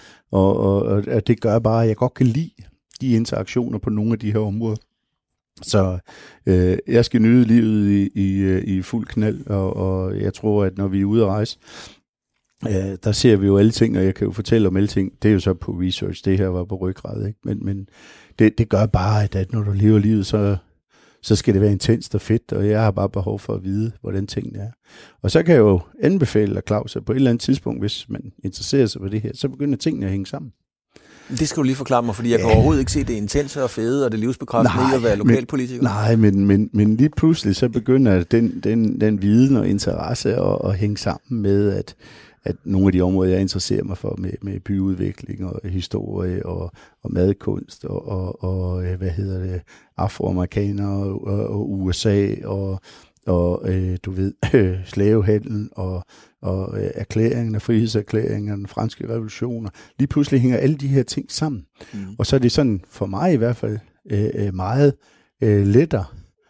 og det gør bare, at jeg godt kan lide de interaktioner på nogle af de her områder. Så jeg skal nyde livet i fuld knald, og jeg tror, at når vi er ude at rejse, der ser vi jo alle ting, og jeg kan jo fortælle om alle ting. Det er jo så på research, det her var på ryggrad, ikke? Men det gør bare, at når du lever livet, så skal det være intenst og fedt, og jeg har bare behov for at vide, hvordan tingene er. Og så kan jeg jo anbefale Claus, at på et eller andet tidspunkt, hvis man interesserer sig for det her, så begynder tingene at hænge sammen. Det skal du lige forklare mig, fordi jeg kan overhovedet ikke se det intense og fede, og det livsbekræftende i at være lokalpolitiker. Nej, men lige pludselig, så begynder den viden og interesse at hænge sammen med, at nogle af de områder, jeg interesserer mig for med byudvikling og historie og madkunst og afroamerikanere og USA og du ved, slavehandlen og erklæringen af frihedserklæringen, den franske revolution. Lige pludselig hænger alle de her ting sammen. Og så er det sådan, for mig i hvert fald, meget lettere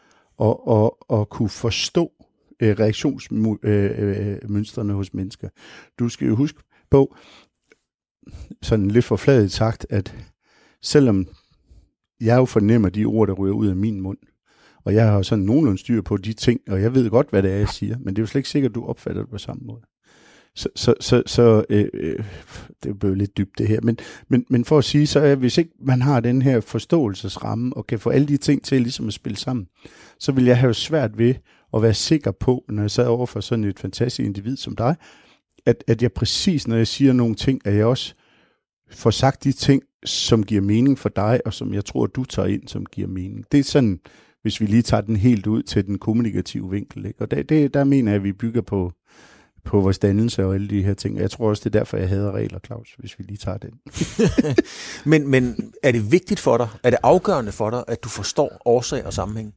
at kunne forstå reaktionsmønstrene hos mennesker. Du skal jo huske på, sådan lidt forfladet sagt, at selvom jeg jo fornemmer de ord, der ryger ud af min mund, og jeg har jo sådan nogenlunde styr på de ting, og jeg ved godt, hvad det er, jeg siger, men det er jo slet ikke sikkert, at du opfatter det på samme måde. Så det er jo lidt dybt det her, men for at sige, så er, hvis ikke man har den her forståelsesramme, og kan få alle de ting til ligesom at spille sammen, så vil jeg have svært ved at være sikker på, når jeg sad over for sådan et fantastisk individ som dig, at jeg præcis, når jeg siger nogle ting, at jeg også får sagt de ting, som giver mening for dig, og som jeg tror, du tager ind, som giver mening. Det er sådan, hvis vi lige tager den helt ud til den kommunikative vinkel. Ikke? Og der mener jeg, at vi bygger på vores dannelse og alle de her ting. Jeg tror også, det er derfor, jeg hader regler, Claus, hvis vi lige tager den. men er det vigtigt for dig? Er det afgørende for dig, at du forstår årsag og sammenhæng?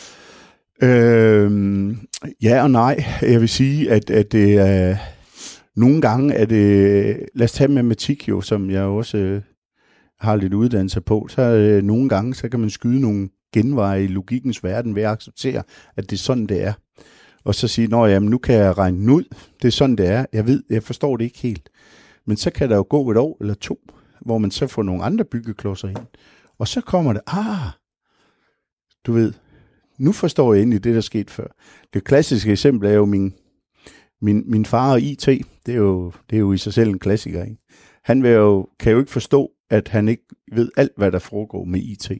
Ja og nej. Jeg vil sige, at det er nogle gange er det, lad os tage matematik jo, som jeg også har lidt uddannelse på, så nogle gange, så kan man skyde nogle genveje i logikkens verden ved at acceptere, at det er sådan, det er. Og så sige, jamen nu kan jeg regne ud, det er sådan, det er. Jeg forstår det ikke helt. Men så kan der jo gå et år eller to, hvor man så får nogle andre byggeklodser ind. Og så kommer det, du ved, nu forstår jeg egentlig det, der skete før. Det klassiske eksempel er jo min far og IT. Det er jo i sig selv en klassiker, ikke? Han kan jo ikke forstå, at han ikke ved alt, hvad der foregår med IT.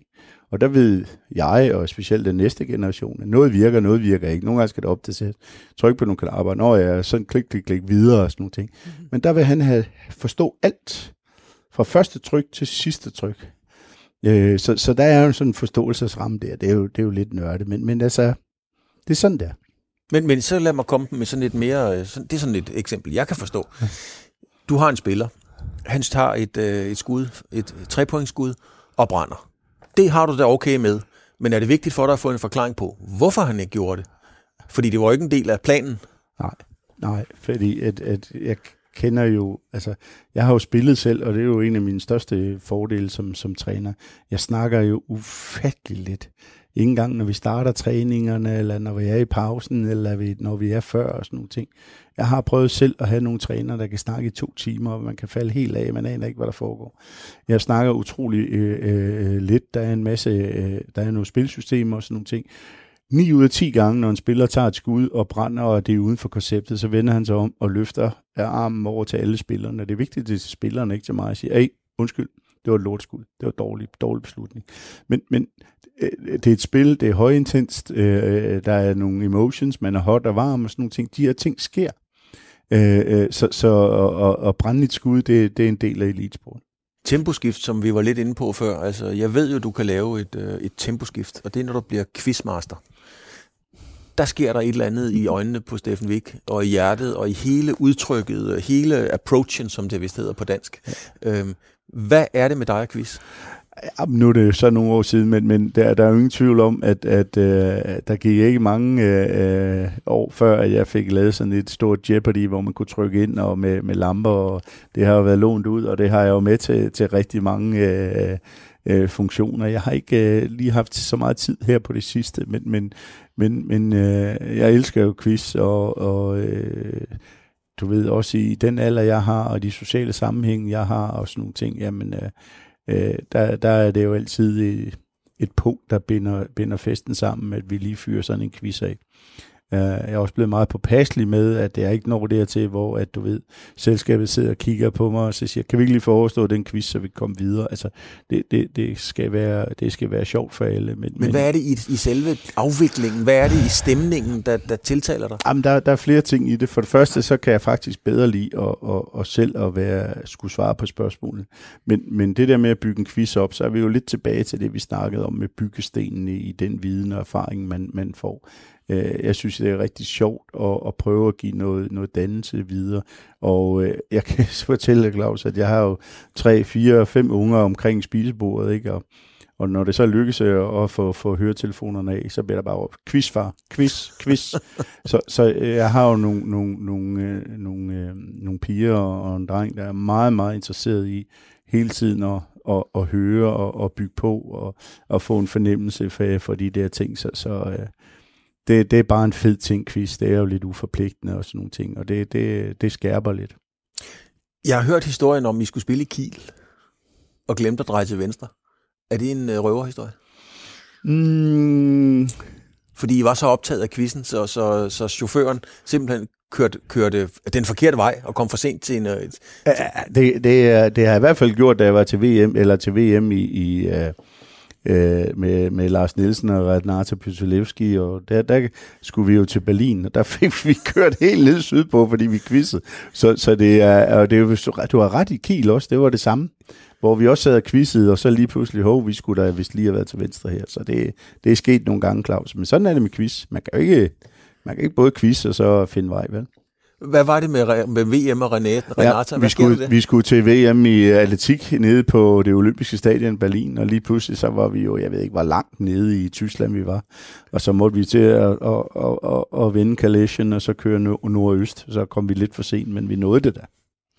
Og der ved jeg, og specielt den næste generation, at noget virker ikke. Nogle gange skal det opdateres. Tryk på nogle knapper, når jeg sådan klik videre og sådan nogle ting. Mm-hmm. Men der vil han forstå alt, fra første tryk til sidste tryk. Så der er jo sådan en forståelsesramme der. Det er jo lidt nørdet, men altså, det er sådan der. Men så lad mig komme med sådan et mere, det er sådan et eksempel, jeg kan forstå. Du har en spiller, han tager et skud, et 3-pointsskud og brænder. Det har du da okay med, men er det vigtigt for dig at få en forklaring på, hvorfor han ikke gjorde det? Fordi det var ikke en del af planen. Nej, fordi at jeg kender jo, altså jeg har jo spillet selv, og det er jo en af mine største fordele som træner. Jeg snakker jo ufattelig lidt. Ikke engang når vi starter træningerne, eller når vi er i pausen, eller når vi er før og sådan nogle ting. Jeg har prøvet selv at have nogle trænere, der kan snakke i 2 timer, og man kan falde helt af, man aner ikke, hvad der foregår. Jeg snakker utrolig lidt. Der er en masse, der er nogle spilsystemer og sådan nogle ting. 9 ud af 10 gange, når en spiller tager et skud og brænder, og det er uden for konceptet, så vender han sig om og løfter armen over til alle spillerne. Det er vigtigt, det er spillerne, ikke til mig, at sige, undskyld, det var et lortskud. Det var dårlig beslutning. Men det er et spil, det er højintenst, der er nogle emotions, man er hot og varm og sådan nogle ting. De her ting sker. Så brænde et skud, det er en del af elitesport. Temposkift, som vi var lidt inde på før. Altså, jeg ved jo, du kan lave et temposkift, og det er, når du bliver quizmaster. Der sker der et eller andet i øjnene på Steffen Wik, og i hjertet, og i hele udtrykket, hele approachen, som det vist hedder på dansk. Hvad er det med dig og quiz? Nu er det så nogle år siden, men der er jo ingen tvivl om, at der gik ikke mange år før, at jeg fik lavet sådan et stort Jeopardy, hvor man kunne trykke ind og med lamper, og det har jo været lånt ud, og det har jeg jo med til rigtig mange funktioner. Jeg har ikke lige haft så meget tid her på det sidste, men jeg elsker jo quiz, og du ved også i den alder, jeg har, og de sociale sammenhæng, jeg har, og sådan nogle ting, jamen der er det jo altid et punkt, der binder festen sammen, at vi lige fyrer sådan en quiz af. Jeg er også blevet meget påpasselig med, at jeg ikke når dertil, hvor at, du ved, selskabet sidder og kigger på mig og så siger, kan vi ikke lige forestå den quiz, så vi kan komme videre? Altså, det skal være sjovt for alle. Men hvad er det i selve afviklingen? Hvad er det i stemningen, der tiltaler dig? Jamen, der er flere ting i det. For det første, så kan jeg faktisk bedre lide at selv skulle svare på spørgsmålene. Men det der med at bygge en quiz op, så er vi jo lidt tilbage til det, vi snakkede om med byggestenene i den viden og erfaring, man får. Jeg synes, det er rigtig sjovt at prøve at give noget dannelse videre. Og jeg kan fortælle dig, Claus, at jeg har jo 3, 4, 5 unger omkring spisebordet, ikke? Og når det så lykkes at få høretelefonerne af, så bliver der bare quiz, far. Quiz. så jeg har jo nogle piger og en dreng, der er meget, meget interesseret i hele tiden at høre og bygge på og få en fornemmelse for de der ting. Det er bare en fed ting, quiz. Det er jo lidt uforpligtende og sådan nogle ting, og det skærper lidt. Jeg har hørt historien om, at I skulle spille i Kiel og glemte at dreje til venstre. Er det en røverhistorie? Fordi I var så optaget af quizzen, så chaufføren simpelthen kørte den forkerte vej og kom for sent til en... Det har jeg i hvert fald gjort, da jeg var til VM, eller til VM med Lars Nielsen og Renata Pytelewski, og der skulle vi jo til Berlin, og der fik vi kørt helt ned sydpå, fordi vi quizzede. Så det er du har ret i Kiel også, det var det samme, hvor vi også sad og quizzede, og så lige pludselig, vi skulle da vist lige have været til venstre her. Så det er sket nogle gange, Claus. Men sådan er det med quiz. Man kan ikke både quizze og så finde vej, vel? Hvad var det med VM og Renata? Vi skulle til VM i atletik nede på det olympiske stadion i Berlin, og lige pludselig så var vi jo, jeg ved ikke, hvor langt nede i Tyskland vi var. Og så måtte vi til at vende Kalesjen, og så køre nordøst. Så kom vi lidt for sent, men vi nåede det da.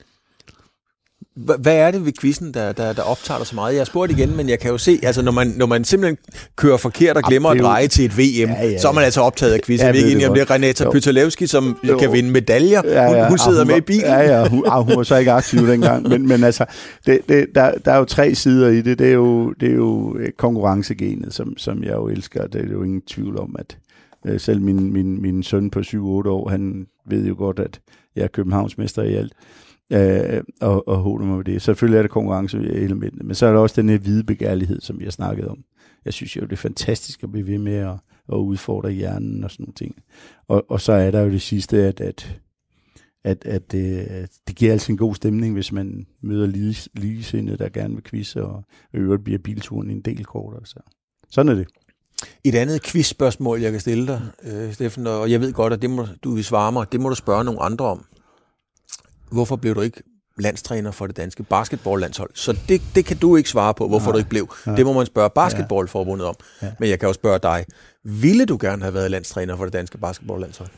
Hvad er det ved quizzen, der optager dig så meget? Jeg har spurgt igen, men jeg kan jo se, altså når man simpelthen kører forkert og glemmer at dreje til et VM, så er man altså optaget af quizzen. Vi er ikke enige om det. Renata Pytelewski, som kan vinde medaljer, hun sidder med i bilen. Hun var så ikke aktiv dengang, men altså, der er jo 3 sider i det. Det er jo konkurrencegenet, som jeg jo elsker. Det er jo ingen tvivl om, at selv min søn på 7-8 år, han ved jo godt, at jeg er københavnsmester i alt. og holde mig med det. Selvfølgelig er det konkurrenceelementet, men så er der også den her hvide begærlighed, som vi har snakket om. Jeg synes jo, det er fantastisk at blive ved med at udfordre hjernen og sådan nogle ting. Og så er der jo det sidste, at det giver altså en god stemning, hvis man møder ligesindede, der gerne vil quizze, og i øvrigt bliver bilturen en del kortere. Så. Sådan er det. Et andet quizspørgsmål, jeg kan stille dig, Steffen, og jeg ved godt, at det må du vil svare mig, det må du spørge nogle andre om. Hvorfor blev du ikke landstræner for det danske basketballlandshold? Så det kan du ikke svare på, hvorfor du ikke blev. Det må man spørge basketballforbundet om. Ja. Men jeg kan også spørge dig. Ville du gerne have været landstræner for det danske basketballlandshold?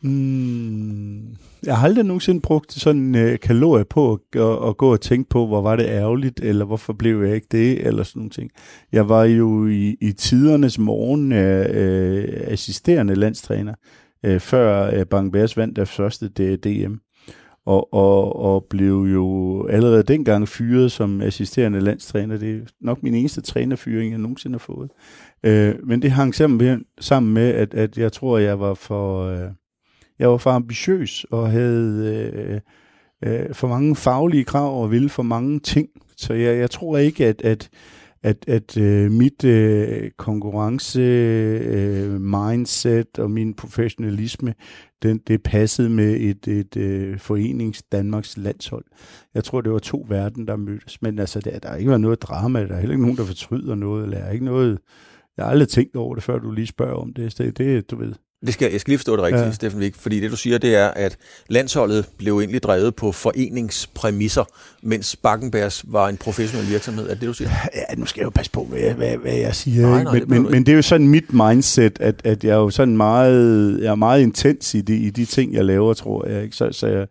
Jeg har aldrig nogensinde brugt sådan en kalorie på at gå og tænke på, hvor var det ærgerligt, eller hvorfor blev jeg ikke det, eller sådan nogle ting. Jeg var jo i tidernes morgen assisterende landstræner, før Bang-Bears vandt deres første DM. Og blev jo allerede dengang fyret som assisterende landstræner. Det er nok min eneste trænerfyring, jeg nogensinde har fået. Men det hang sammen med, at jeg tror, jeg var for ambitiøs og havde for mange faglige krav og ville for mange ting. Så jeg tror ikke, at mit konkurrence mindset og min professionalisme, det passede med et forenings Danmarks landshold. Jeg tror, det var to verden, der mødtes. Men altså, der har ikke været noget drama, der er heller ikke nogen, der fortryder noget, eller ikke noget. Jeg har aldrig tænkt over det, før du lige spørger om det. Det du ved. Jeg skal lige forstå det rigtigt, Steffen Wik, fordi det du siger, det er, at landsholdet blev egentlig drevet på foreningspræmisser, mens Bang-Bears var en professionel virksomhed. Er det, du siger? Ja, nu skal jeg jo passe på, hvad jeg siger. Nej, men det er jo sådan mit mindset, at jeg er jo sådan jeg er meget intens i de ting, jeg laver, tror jeg. Ikke? Så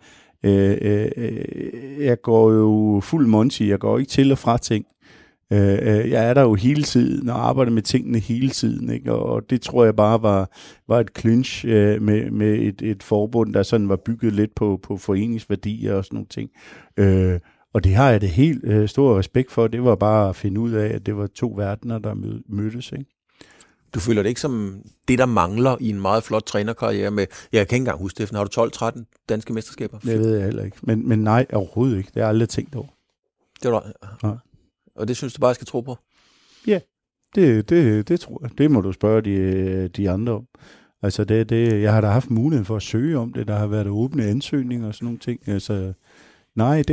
jeg går jo fuld monty, jeg går ikke til og fra ting. Jeg er der jo hele tiden og arbejder med tingene hele tiden, ikke? Og det tror jeg bare var et clinch med et forbund, der sådan var bygget lidt på foreningsværdier og sådan nogle ting. Og det har jeg det helt stor respekt for. Det var bare at finde ud af, at det var to verdener, der mødtes, ikke? Du føler det ikke som det, der mangler i en meget flot trænerkarriere med, jeg kan ikke engang huske, Steffen, har du 12-13 danske mesterskaber? Det ved jeg heller ikke. Men nej, overhovedet ikke. Det har jeg aldrig tænkt over. Det var nej. Og det synes du bare, jeg skal tro på? Ja, det tror jeg. Det må du spørge de andre om. Altså, jeg har da haft mulighed for at søge om det. Der har været åbne ansøgninger og sådan nogle ting. Altså, nej,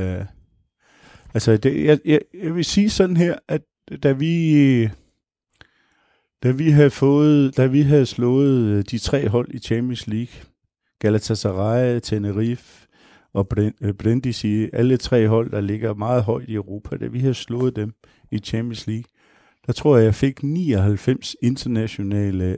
jeg vil sige sådan her, at da vi havde slået de 3 hold i Champions League, Galatasaray, Tenerife og Brindisi, alle 3 hold, der ligger meget højt i Europa, da vi havde slået dem i Champions League, der tror jeg fik 99 internationale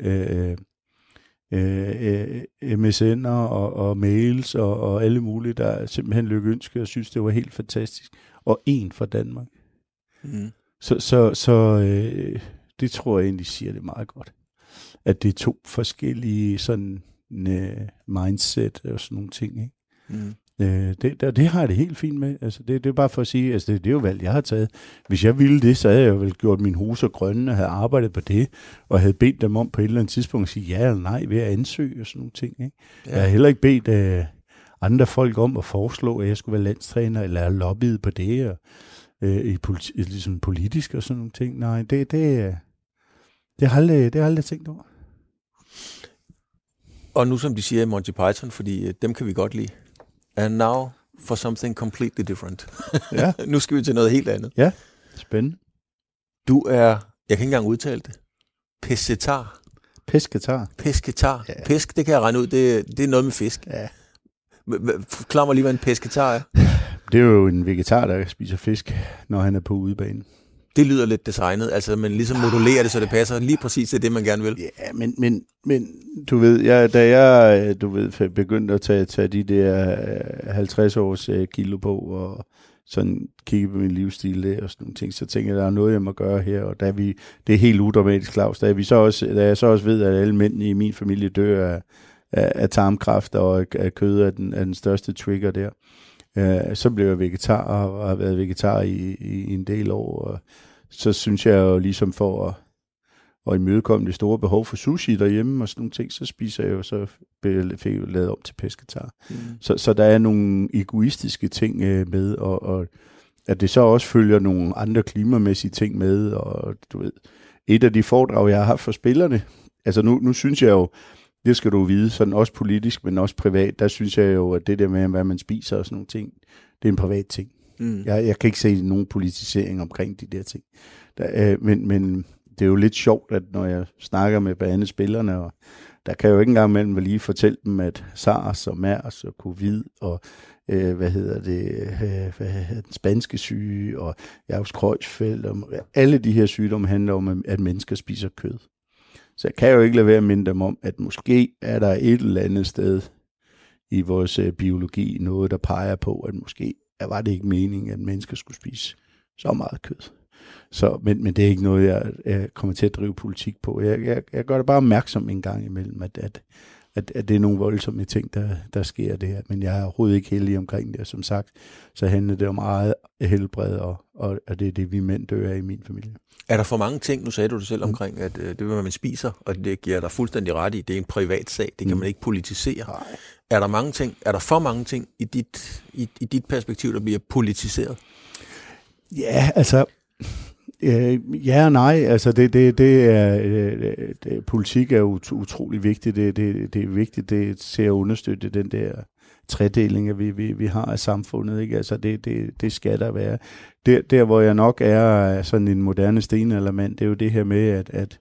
MSN'er og mails og alle mulige, der simpelthen lykønskede og synes, det var helt fantastisk. Og 1 fra Danmark. Mm. Så det tror jeg egentlig siger det meget godt. At det er 2 forskellige sådan mindset og sådan nogle ting, ikke? Mm. Det har jeg det helt fint med. Altså, det er bare for at sige, altså, det er jo valg, jeg har taget. Hvis jeg ville det, så havde jeg jo vel gjort mine hoser grønne og havde arbejdet på det, og havde bedt dem om på et eller andet tidspunkt at sige ja eller nej ved at ansøge og sådan nogle ting. Ikke? Ja. Jeg har heller ikke bedt andre folk om at foreslå, at jeg skulle være landstræner, eller lobbyet på det, og, ligesom politisk og sådan nogle ting. Nej, det har jeg aldrig tænkt over. Og nu som de siger i Monty Python, fordi dem kan vi godt lide. And now for something completely different. Ja. Nu skal vi til noget helt andet. Ja, spændende. Du er, jeg kan ikke engang udtale det, pesketar. Pesketar. Ja. Pesk, det kan jeg regne ud, det er noget med fisk. Ja. Forklar mig lige, hvad en pesketar er. Det er jo en vegetar, der spiser fisk, når han er på udebanen. Det lyder lidt designet, altså man ligesom modulerer det, så det passer lige præcis til det, man gerne vil. Ja, men du ved, da jeg begyndte at tage de der 50 års kilo på, og sådan kigge på min livsstil der og sådan nogle ting, så tænkte jeg, der er noget, jeg må gøre her, og det er helt udramatisk, Claus, da jeg så også ved, at alle mænd i min familie dør af tarmkræft, og af kød er den største trigger der. Så blev jeg vegetar, og har været vegetar i en del år, og så synes jeg jo ligesom for og imødekomme det store behov for sushi derhjemme og sådan nogle ting, så spiser jeg jo, så fik jeg lavet om til pesketar. Så der er nogle egoistiske ting med, og at det så også følger nogle andre klimamæssige ting med, og du ved, et af de foredrag, jeg har haft for spillerne, altså nu synes jeg jo, det skal du vide, sådan også politisk, men også privat, der synes jeg jo, at det der med, hvad man spiser og sådan nogle ting, det er en privat ting. Jeg kan ikke se nogen politisering omkring de der ting. Men det er jo lidt sjovt, at når jeg snakker med blandt andet spillerne, og der kan jeg jo ikke engang mellem lige fortælle dem, at SARS og MERS og COVID og den spanske syge og Jacobs-Creutzfeldt og alle de her sygdomme handler om, at mennesker spiser kød. Så jeg kan jo ikke lade være at minde dem om, at måske er der et eller andet sted i vores biologi noget, der peger på, at måske var det ikke meningen, at mennesker skulle spise så meget kød. Men det er ikke noget, jeg kommer til at drive politik på. Jeg gør det bare opmærksom en gang imellem, at det er nogle voldsomme ting, der sker det her. Men jeg er overhovedet ikke heldig omkring det. Som sagt, så handler det om eget helbred, og det er det, vi mænd dør af i min familie. Er der for mange ting, nu sagde du det selv omkring, at det hvad man spiser, og det giver dig fuldstændig ret i, det er en privat sag, det kan man ikke politisere. Nej. Er der for mange ting i dit perspektiv, der bliver politiseret? Ja, altså... Ja og nej, altså politik er jo utrolig vigtigt. Det er vigtigt, det til at understøtte den der tredeling, vi har af samfundet, ikke? Altså det skal der være. Der hvor jeg nok er sådan en moderne stenaldermand, det er jo det her med,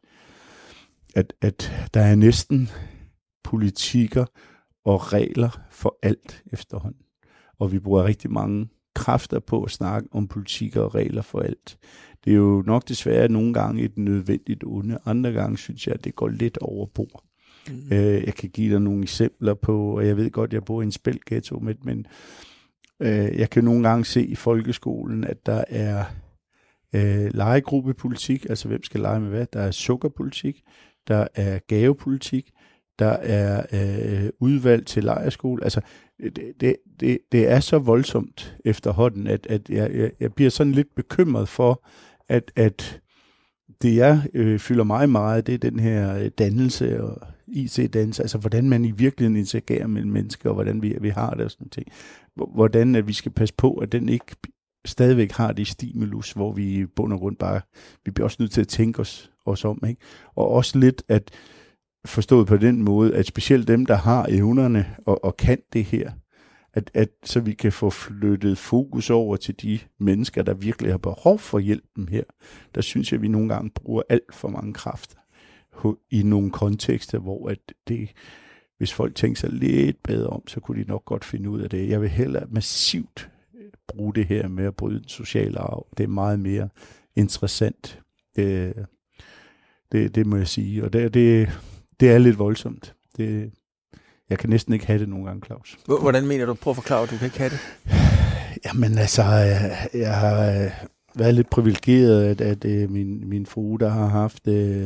at der er næsten politikker og regler for alt efterhånden. Og vi bruger rigtig mange kræfter på at snakke om politikker og regler for alt. Det er jo nok desværre nogle gange et nødvendigt onde. Andre gange synes jeg, at det går lidt over bord. Jeg kan give dig nogle eksempler på, og jeg ved godt, at jeg bor i en spælghetto, men jeg kan nogle gange se i folkeskolen, at der er legegruppepolitik, altså hvem skal lege med hvad. Der er sukkerpolitik, der er gavepolitik, der er udvalg til lejrskole. Altså, det er så voldsomt efterhånden, at jeg bliver sådan lidt bekymret for, at det jeg fylder mig meget, det er den her dannelse og IT-dannelse, altså hvordan man i virkeligheden interagerer mellem mennesker, og hvordan vi har det og sådan noget. Hvordan at vi skal passe på, at den ikke stadigvæk har det stimulus, hvor vi i bund og grund bare, vi bliver også nødt til at tænke os om, ikke? Og også lidt at forstået på den måde, at specielt dem, der har evnerne og kan det her, at så vi kan få flyttet fokus over til de mennesker, der virkelig har behov for hjælpen her. Der synes jeg, at vi nogle gange bruger alt for mange kræfter i nogle kontekster, hvor at det, hvis folk tænker sig lidt bedre om, så kunne de nok godt finde ud af det. Jeg vil hellere massivt bruge det her med at bryde den sociale arv. Det er meget mere interessant. Det må jeg sige. Og det er lidt voldsomt. Jeg kan næsten ikke have det nogle gange, Claus. Hvordan mener du? Prøv at forklare, at du kan ikke have det. Jamen altså, jeg har været lidt privilegeret, at min frue, der har haft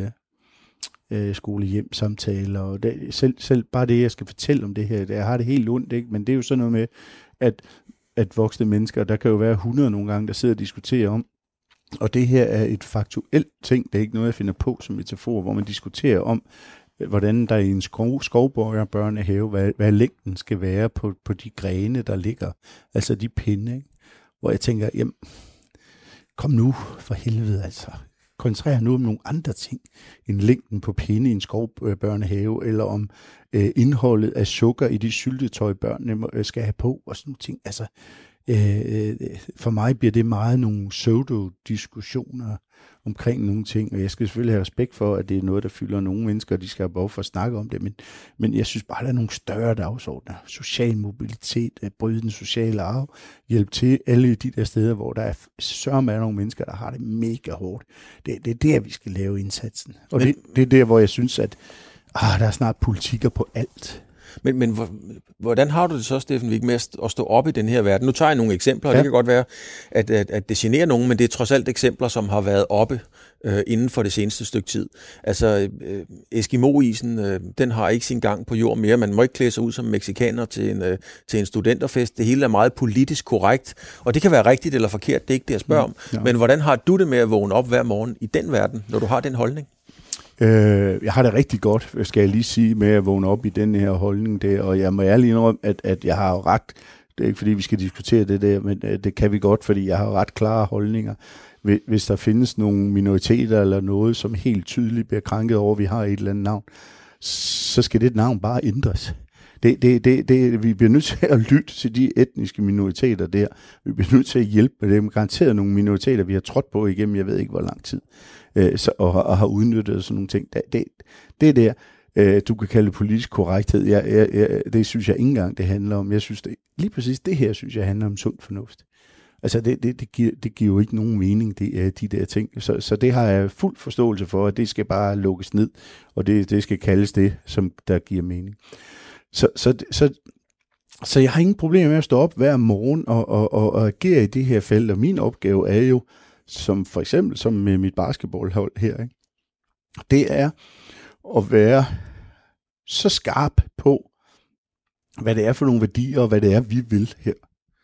skole-hjem-samtaler, og selv bare det, jeg skal fortælle om det her, jeg har det helt ondt, ikke? Men det er jo sådan noget med, at voksne mennesker, der kan jo være 100 nogle gange, der sidder og diskuterer om, og det her er et faktuelt ting, det er ikke noget, jeg finder på som metafor, hvor man diskuterer om, hvordan der i en skovbørnehave, hvad længden skal være på de grene, der ligger, altså de pinde, ikke? Hvor jeg tænker, jamen, kom nu for helvede, altså. Koncentrer nu om nogle andre ting end længden på pinde i en skovbørnehave, eller om indholdet af sukker i de syltetøj, børnene skal have på, og sådan nogle ting. Altså, for mig bliver det meget nogle pseudo-diskussioner omkring nogle ting, og jeg skal selvfølgelig have respekt for, at det er noget, der fylder nogle mennesker, og de skal have behov for at snakke om det, men jeg synes bare, der er nogle større dagsordner. Social mobilitet, bryde den sociale arv, hjælp til alle de der steder, hvor der er sørme af nogle mennesker, der har det mega hårdt. Det er der, vi skal lave indsatsen. Og det er der, hvor jeg synes, at der er snart politikker på alt. Men hvordan har du det så, Steffen Wig, med at stå op i den her verden? Nu tager jeg nogle eksempler, og det kan godt være, at det generer nogen, men det er trods alt eksempler, som har været oppe inden for det seneste stykke tid. Altså, Eskimo-isen, den har ikke sin gang på jord mere. Man må ikke klæde sig ud som mexikaner til en studenterfest. Det hele er meget politisk korrekt, og det kan være rigtigt eller forkert, det er ikke det, jeg spørger om. Ja. Men hvordan har du det med at vågne op hver morgen i den verden, når du har den holdning? Jeg har det rigtig godt, skal jeg lige sige, med at vågne op i den her holdning der, og jeg må ærligt indrømme, at jeg har jo ret. Det er ikke fordi, vi skal diskutere det der, men det kan vi godt, fordi jeg har ret klare holdninger. Hvis der findes nogle minoriteter eller noget, som helt tydeligt bliver krænket over, vi har et eller andet navn, så skal det navn bare ændres. Vi bliver nødt til at lytte til de etniske minoriteter der. Vi bliver nødt til at hjælpe med dem. Garanteret nogle minoriteter, vi har trådt på igennem, jeg ved ikke hvor lang tid, og har udnyttet sådan nogle ting. Det der, du kan kalde det politisk korrekthed, det synes jeg ikke engang, det handler om. Jeg synes, lige præcis det her, synes jeg, handler om sund fornuft. Altså, det giver jo ikke nogen mening, de der ting. Så det har jeg fuld forståelse for, at det skal bare lukkes ned, og det skal kaldes det, som der giver mening. Så jeg har ingen problem med at stå op hver morgen og agere i det her felt, og min opgave er jo, som for eksempel som med mit basketballhold her, ikke? Det er at være så skarp på, hvad det er for nogle værdier, og hvad det er, vi vil her.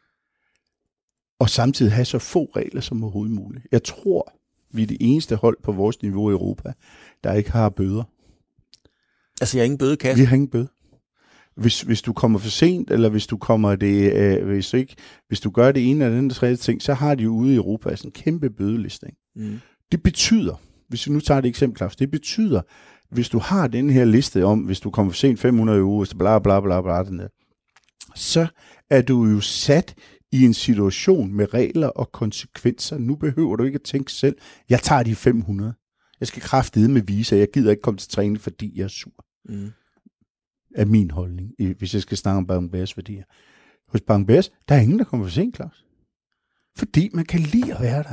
Og samtidig have så få regler som overhovedet muligt. Jeg tror, vi er det eneste hold på vores niveau i Europa, der ikke har bøder. Altså, jeg har ingen bødekasse? Vi har ingen bøde. Hvis du kommer for sent, eller hvis du kommer hvis du gør det ene eller den tredje ting, så har de jo ude i Europa sådan en kæmpe bødeliste. Det betyder, hvis vi nu tager et eksempel, Claus, det betyder, hvis du har den her liste om, hvis du kommer for sent 500 euro, bla bla bla bla, den der, så er du jo sat i en situation med regler og konsekvenser. Nu behøver du ikke at tænke selv, jeg tager de 500. Jeg skal kraftedeme vise, at jeg gider ikke komme til træning, fordi jeg er sur. Er min holdning, hvis jeg skal snakke om Bang-Bears værdier. Hos Bang-Bears, der er ingen, der kommer for sent, Claus. Fordi man kan lide at være der.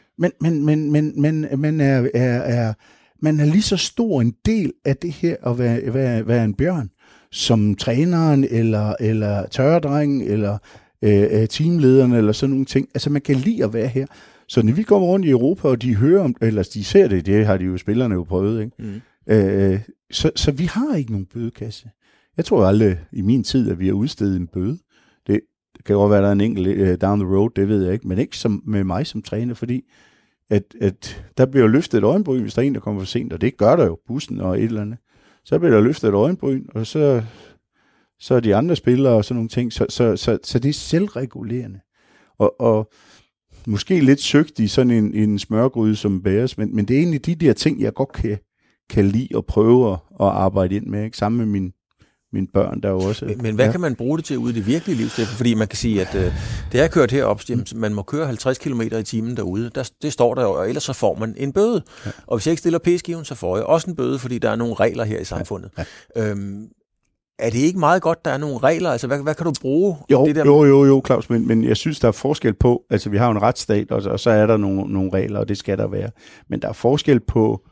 Man er lige så stor en del af det her at være en bjørn, som træneren, eller tørredrengen, eller teamlederen, eller sådan nogle ting. Altså, man kan lide at være her. Så når vi går rundt i Europa, og de hører om, eller de ser det har de jo spillerne jo prøvet, ikke? Så vi har ikke nogen bødekasse. Jeg tror aldrig i min tid, at vi har udstedet en bøde. Det kan godt være, der er en enkelt down the road, det ved jeg ikke, men ikke som med mig som træner, fordi at der bliver løftet et øjenbryn, hvis der er en, der kommer for sent, og det gør der jo, bussen og et eller andet. Så bliver der løftet et øjenbryn, og så er de andre spillere og sådan nogle ting, så det er selvregulerende. Og måske lidt søgt i sådan en smørgryde som Bears, men det er egentlig de der ting, jeg godt kan lide at prøve at arbejde ind med, ikke? Sammen med mine børn, der jo også... Men hvad kan man bruge det til ude i det virkelige liv, Steffen? Fordi man kan sige, at det er kørt herop, man må køre 50 km i timen derude. Det står der jo, og ellers så får man en bøde. Ja. Og hvis jeg ikke stiller p-skiven, så får jeg også en bøde, fordi der er nogle regler her i samfundet. Ja. Er det ikke meget godt, der er nogle regler? Altså, hvad kan du bruge? Det der? Jo, Claus, men jeg synes, der er forskel på... Altså, vi har jo en retsstat, og så er der nogle regler, og det skal der være. Men der er forskel på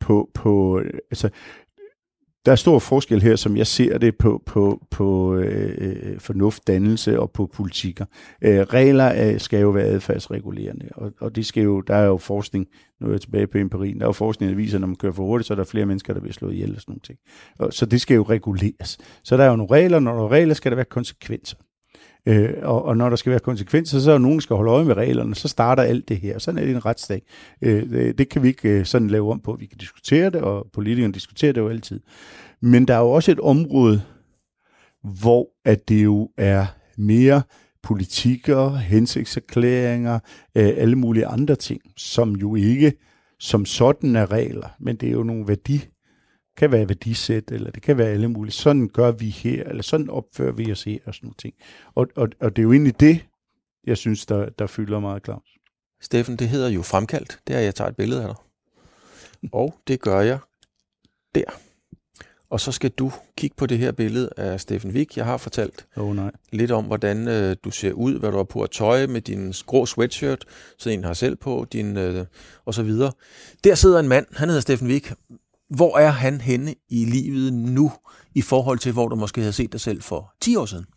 altså, der er stor forskel her, som jeg ser det på fornuft, dannelse og på politikker. Regler skal jo være adfærdsregulerende, og det skal jo, der er jo forskning, nu er jeg tilbage på empirien, der er jo forskning, der viser, at når man kører for hurtigt, så er der flere mennesker, der bliver slået ihjel og sådan nogle ting. Så det skal jo reguleres. Så der er jo nogle regler, når der er regler, skal der være konsekvenser. Og når der skal være konsekvenser, så er der nogen, der skal holde øje med reglerne, så starter alt det her. Sådan er det en retsstat. Det kan vi ikke sådan lave om på. Vi kan diskutere det, og politikerne diskuterer det jo altid. Men der er jo også et område, hvor at det jo er mere politikker, hensigtserklæringer, alle mulige andre ting, som jo ikke som sådan er regler, men det er jo nogle kan være værdisæt, eller det kan være alle mulige. Sådan gør vi her, eller sådan opfører vi os her, og sådan nogle ting. Og det er jo egentlig det, jeg synes, der fylder meget, Claus. Steffen, det hedder jo fremkaldt. Det er, jeg tager et billede af dig. Og det gør jeg der. Og så skal du kigge på det her billede af Steffen Wik. Jeg har fortalt lidt om, hvordan du ser ud, hvad du har på at tøj med din grå sweatshirt, så en har selv på, og så videre. Der sidder en mand, han hedder Steffen Wik. Hvor er han henne i livet nu, i forhold til, hvor du måske havde set dig selv for 10 år siden?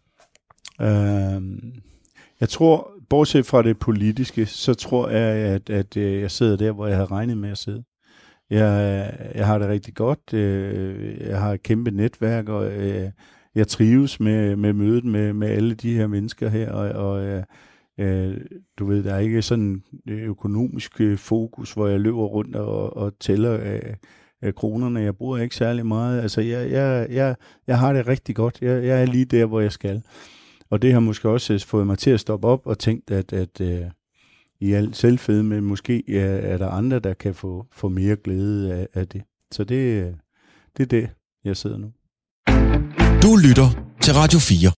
Jeg tror, bortset fra det politiske, så tror jeg, at jeg sidder der, hvor jeg havde regnet med at sidde. Jeg har det rigtig godt. Jeg har et kæmpe netværk, og jeg trives med mødet med alle de her mennesker her, og du ved, der er ikke sådan økonomisk fokus, hvor jeg løber rundt og tæller af kronerne. Jeg bruger ikke særlig meget. Altså, jeg har det rigtig godt. Jeg er lige der, hvor jeg skal. Og det har måske også fået mig til at stoppe op og tænkt, at i al selvfedme, måske er der andre, der kan få mere glæde af det. Så det er det, jeg sidder nu. Du lytter til Radio 4.